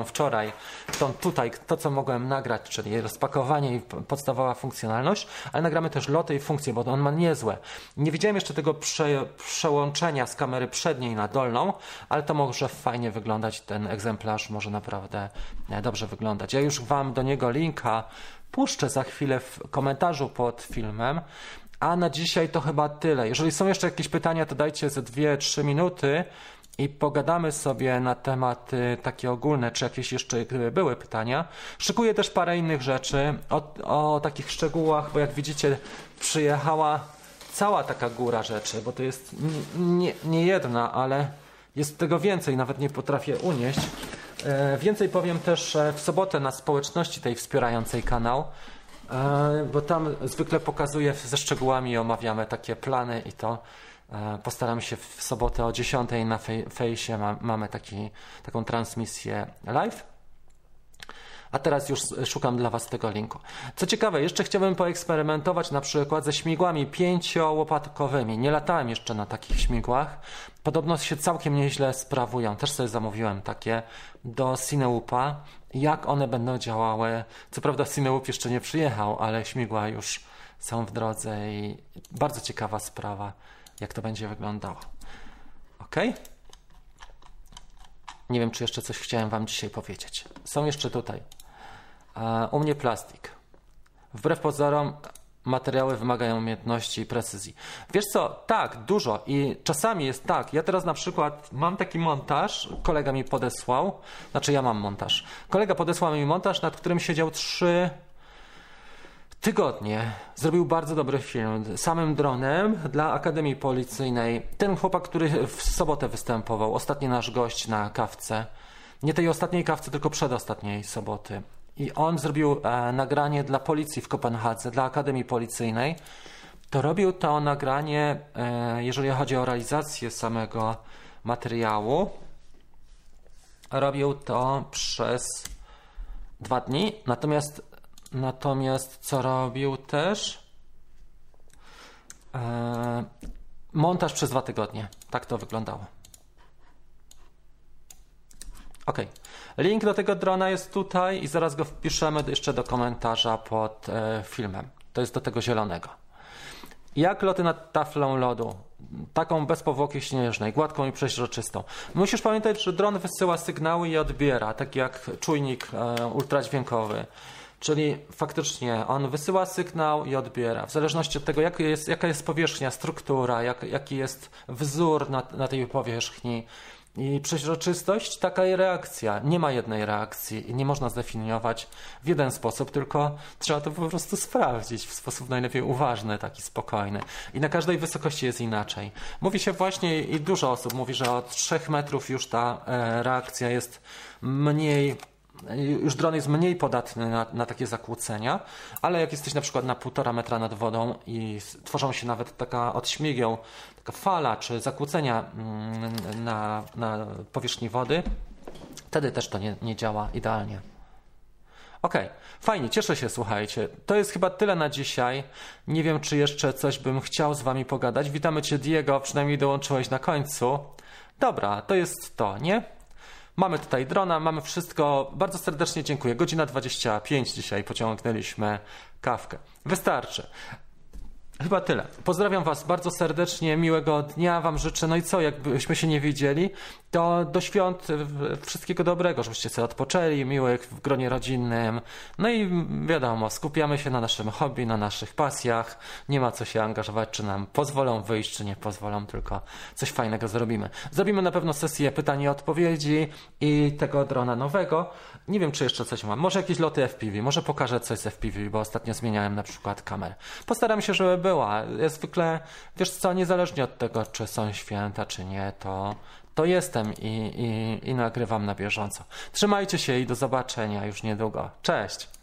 S1: nagrywam wczoraj, to tutaj to, co mogłem nagrać, czyli rozpakowanie i podstawowa funkcjonalność, ale nagramy też loty i funkcje, bo on ma niezłe. Nie widziałem jeszcze tego prze, przełączenia z kamery przedniej na dolną, ale to może fajnie wyglądać, ten egzemplarz może naprawdę dobrze wyglądać. Ja już wam do niego linka puszczę za chwilę w komentarzu pod filmem. A na dzisiaj to chyba tyle. Jeżeli są jeszcze jakieś pytania, to dajcie ze dwie trzy minuty i pogadamy sobie na tematy takie ogólne, czy jakieś jeszcze były pytania. Szykuję też parę innych rzeczy o, o takich szczegółach, bo jak widzicie przyjechała cała taka góra rzeczy, bo to jest nie, nie jedna, ale jest tego więcej, nawet nie potrafię unieść. E, więcej powiem też w sobotę na społeczności tej wspierającej kanał, bo tam zwykle pokazuję ze szczegółami i omawiamy takie plany i to postaram się w sobotę o dziesiątej na fej, fejsie ma, mamy taki, taką transmisję live. A teraz już szukam dla was tego linku. Co ciekawe, jeszcze chciałbym poeksperymentować na przykład ze śmigłami pięciołopatkowymi. Nie latałem jeszcze na takich śmigłach. Podobno się całkiem nieźle sprawują. Też sobie zamówiłem takie do Cineupa. Jak one będą działały? Co prawda Cineup jeszcze nie przyjechał, ale śmigła już są w drodze i bardzo ciekawa sprawa, jak to będzie wyglądało. Ok? Nie wiem, czy jeszcze coś chciałem wam dzisiaj powiedzieć. Są jeszcze tutaj. U mnie plastik. Wbrew pozorom materiały wymagają umiejętności i precyzji. Wiesz co? Tak, dużo i czasami jest tak. Ja teraz na przykład mam taki montaż, kolega mi podesłał, znaczy ja mam montaż. Kolega podesłał mi montaż, nad którym siedział trzy tygodnie. Zrobił bardzo dobry film samym dronem dla Akademii Policyjnej. Ten chłopak, który w sobotę występował, ostatni nasz gość na kawce. Nie tej ostatniej kawce, tylko przedostatniej soboty. I on zrobił e, nagranie dla policji w Kopenhadze, dla Akademii Policyjnej. To robił to nagranie, e, jeżeli chodzi o realizację samego materiału, robił to przez dwa dni. Natomiast, natomiast co robił też? E, montaż przez dwa tygodnie. Tak to wyglądało. Ok. Link do tego drona jest tutaj i zaraz go wpiszemy jeszcze do komentarza pod e, filmem. To jest do tego zielonego. Jak loty nad taflą lodu? Taką bez powłoki śnieżnej, gładką i przeźroczystą. Musisz pamiętać, że dron wysyła sygnały i odbiera, tak jak czujnik e, ultradźwiękowy. Czyli faktycznie on wysyła sygnał i odbiera. W zależności od tego, jak jest, jaka jest powierzchnia, struktura, jak, jaki jest wzór na, na tej powierzchni, i przeźroczystość, taka i reakcja. Nie ma jednej reakcji i nie można zdefiniować w jeden sposób, tylko trzeba to po prostu sprawdzić w sposób najlepiej uważny, taki spokojny. I na każdej wysokości jest inaczej. Mówi się właśnie i dużo osób mówi, że od trzech metrów już ta e, reakcja jest mniej, już dron jest mniej podatny na, na takie zakłócenia, ale jak jesteś na przykład na półtora metra nad wodą i tworzą się nawet taka od śmigieł, taka fala czy zakłócenia na, na powierzchni wody, wtedy też to nie, nie działa idealnie. Ok, fajnie, cieszę się, słuchajcie. To jest chyba tyle na dzisiaj. Nie wiem, czy jeszcze coś bym chciał z wami pogadać. Witamy cię, Diego, przynajmniej dołączyłeś na końcu. Dobra, to jest to, nie? Mamy tutaj drona, mamy wszystko. Bardzo serdecznie dziękuję. Godzina dwadzieścia pięć dzisiaj pociągnęliśmy kawkę. Wystarczy. Chyba tyle. Pozdrawiam was bardzo serdecznie, miłego dnia wam życzę. No i co, jakbyśmy się nie widzieli, to do świąt wszystkiego dobrego, żebyście sobie odpoczęli, miłych w gronie rodzinnym. No i wiadomo, skupiamy się na naszym hobby, na naszych pasjach. Nie ma co się angażować, czy nam pozwolą wyjść, czy nie pozwolą, tylko coś fajnego zrobimy. Zrobimy na pewno sesję pytań i odpowiedzi i tego drona nowego. Nie wiem, czy jeszcze coś mam. Może jakieś loty F P V, może pokażę coś z F P V, bo ostatnio zmieniałem na przykład kamerę. Postaram się, żeby była. Ja zwykle, wiesz co, niezależnie od tego, czy są święta, czy nie, to, to jestem i, i, i nagrywam na bieżąco. Trzymajcie się i do zobaczenia już niedługo. Cześć!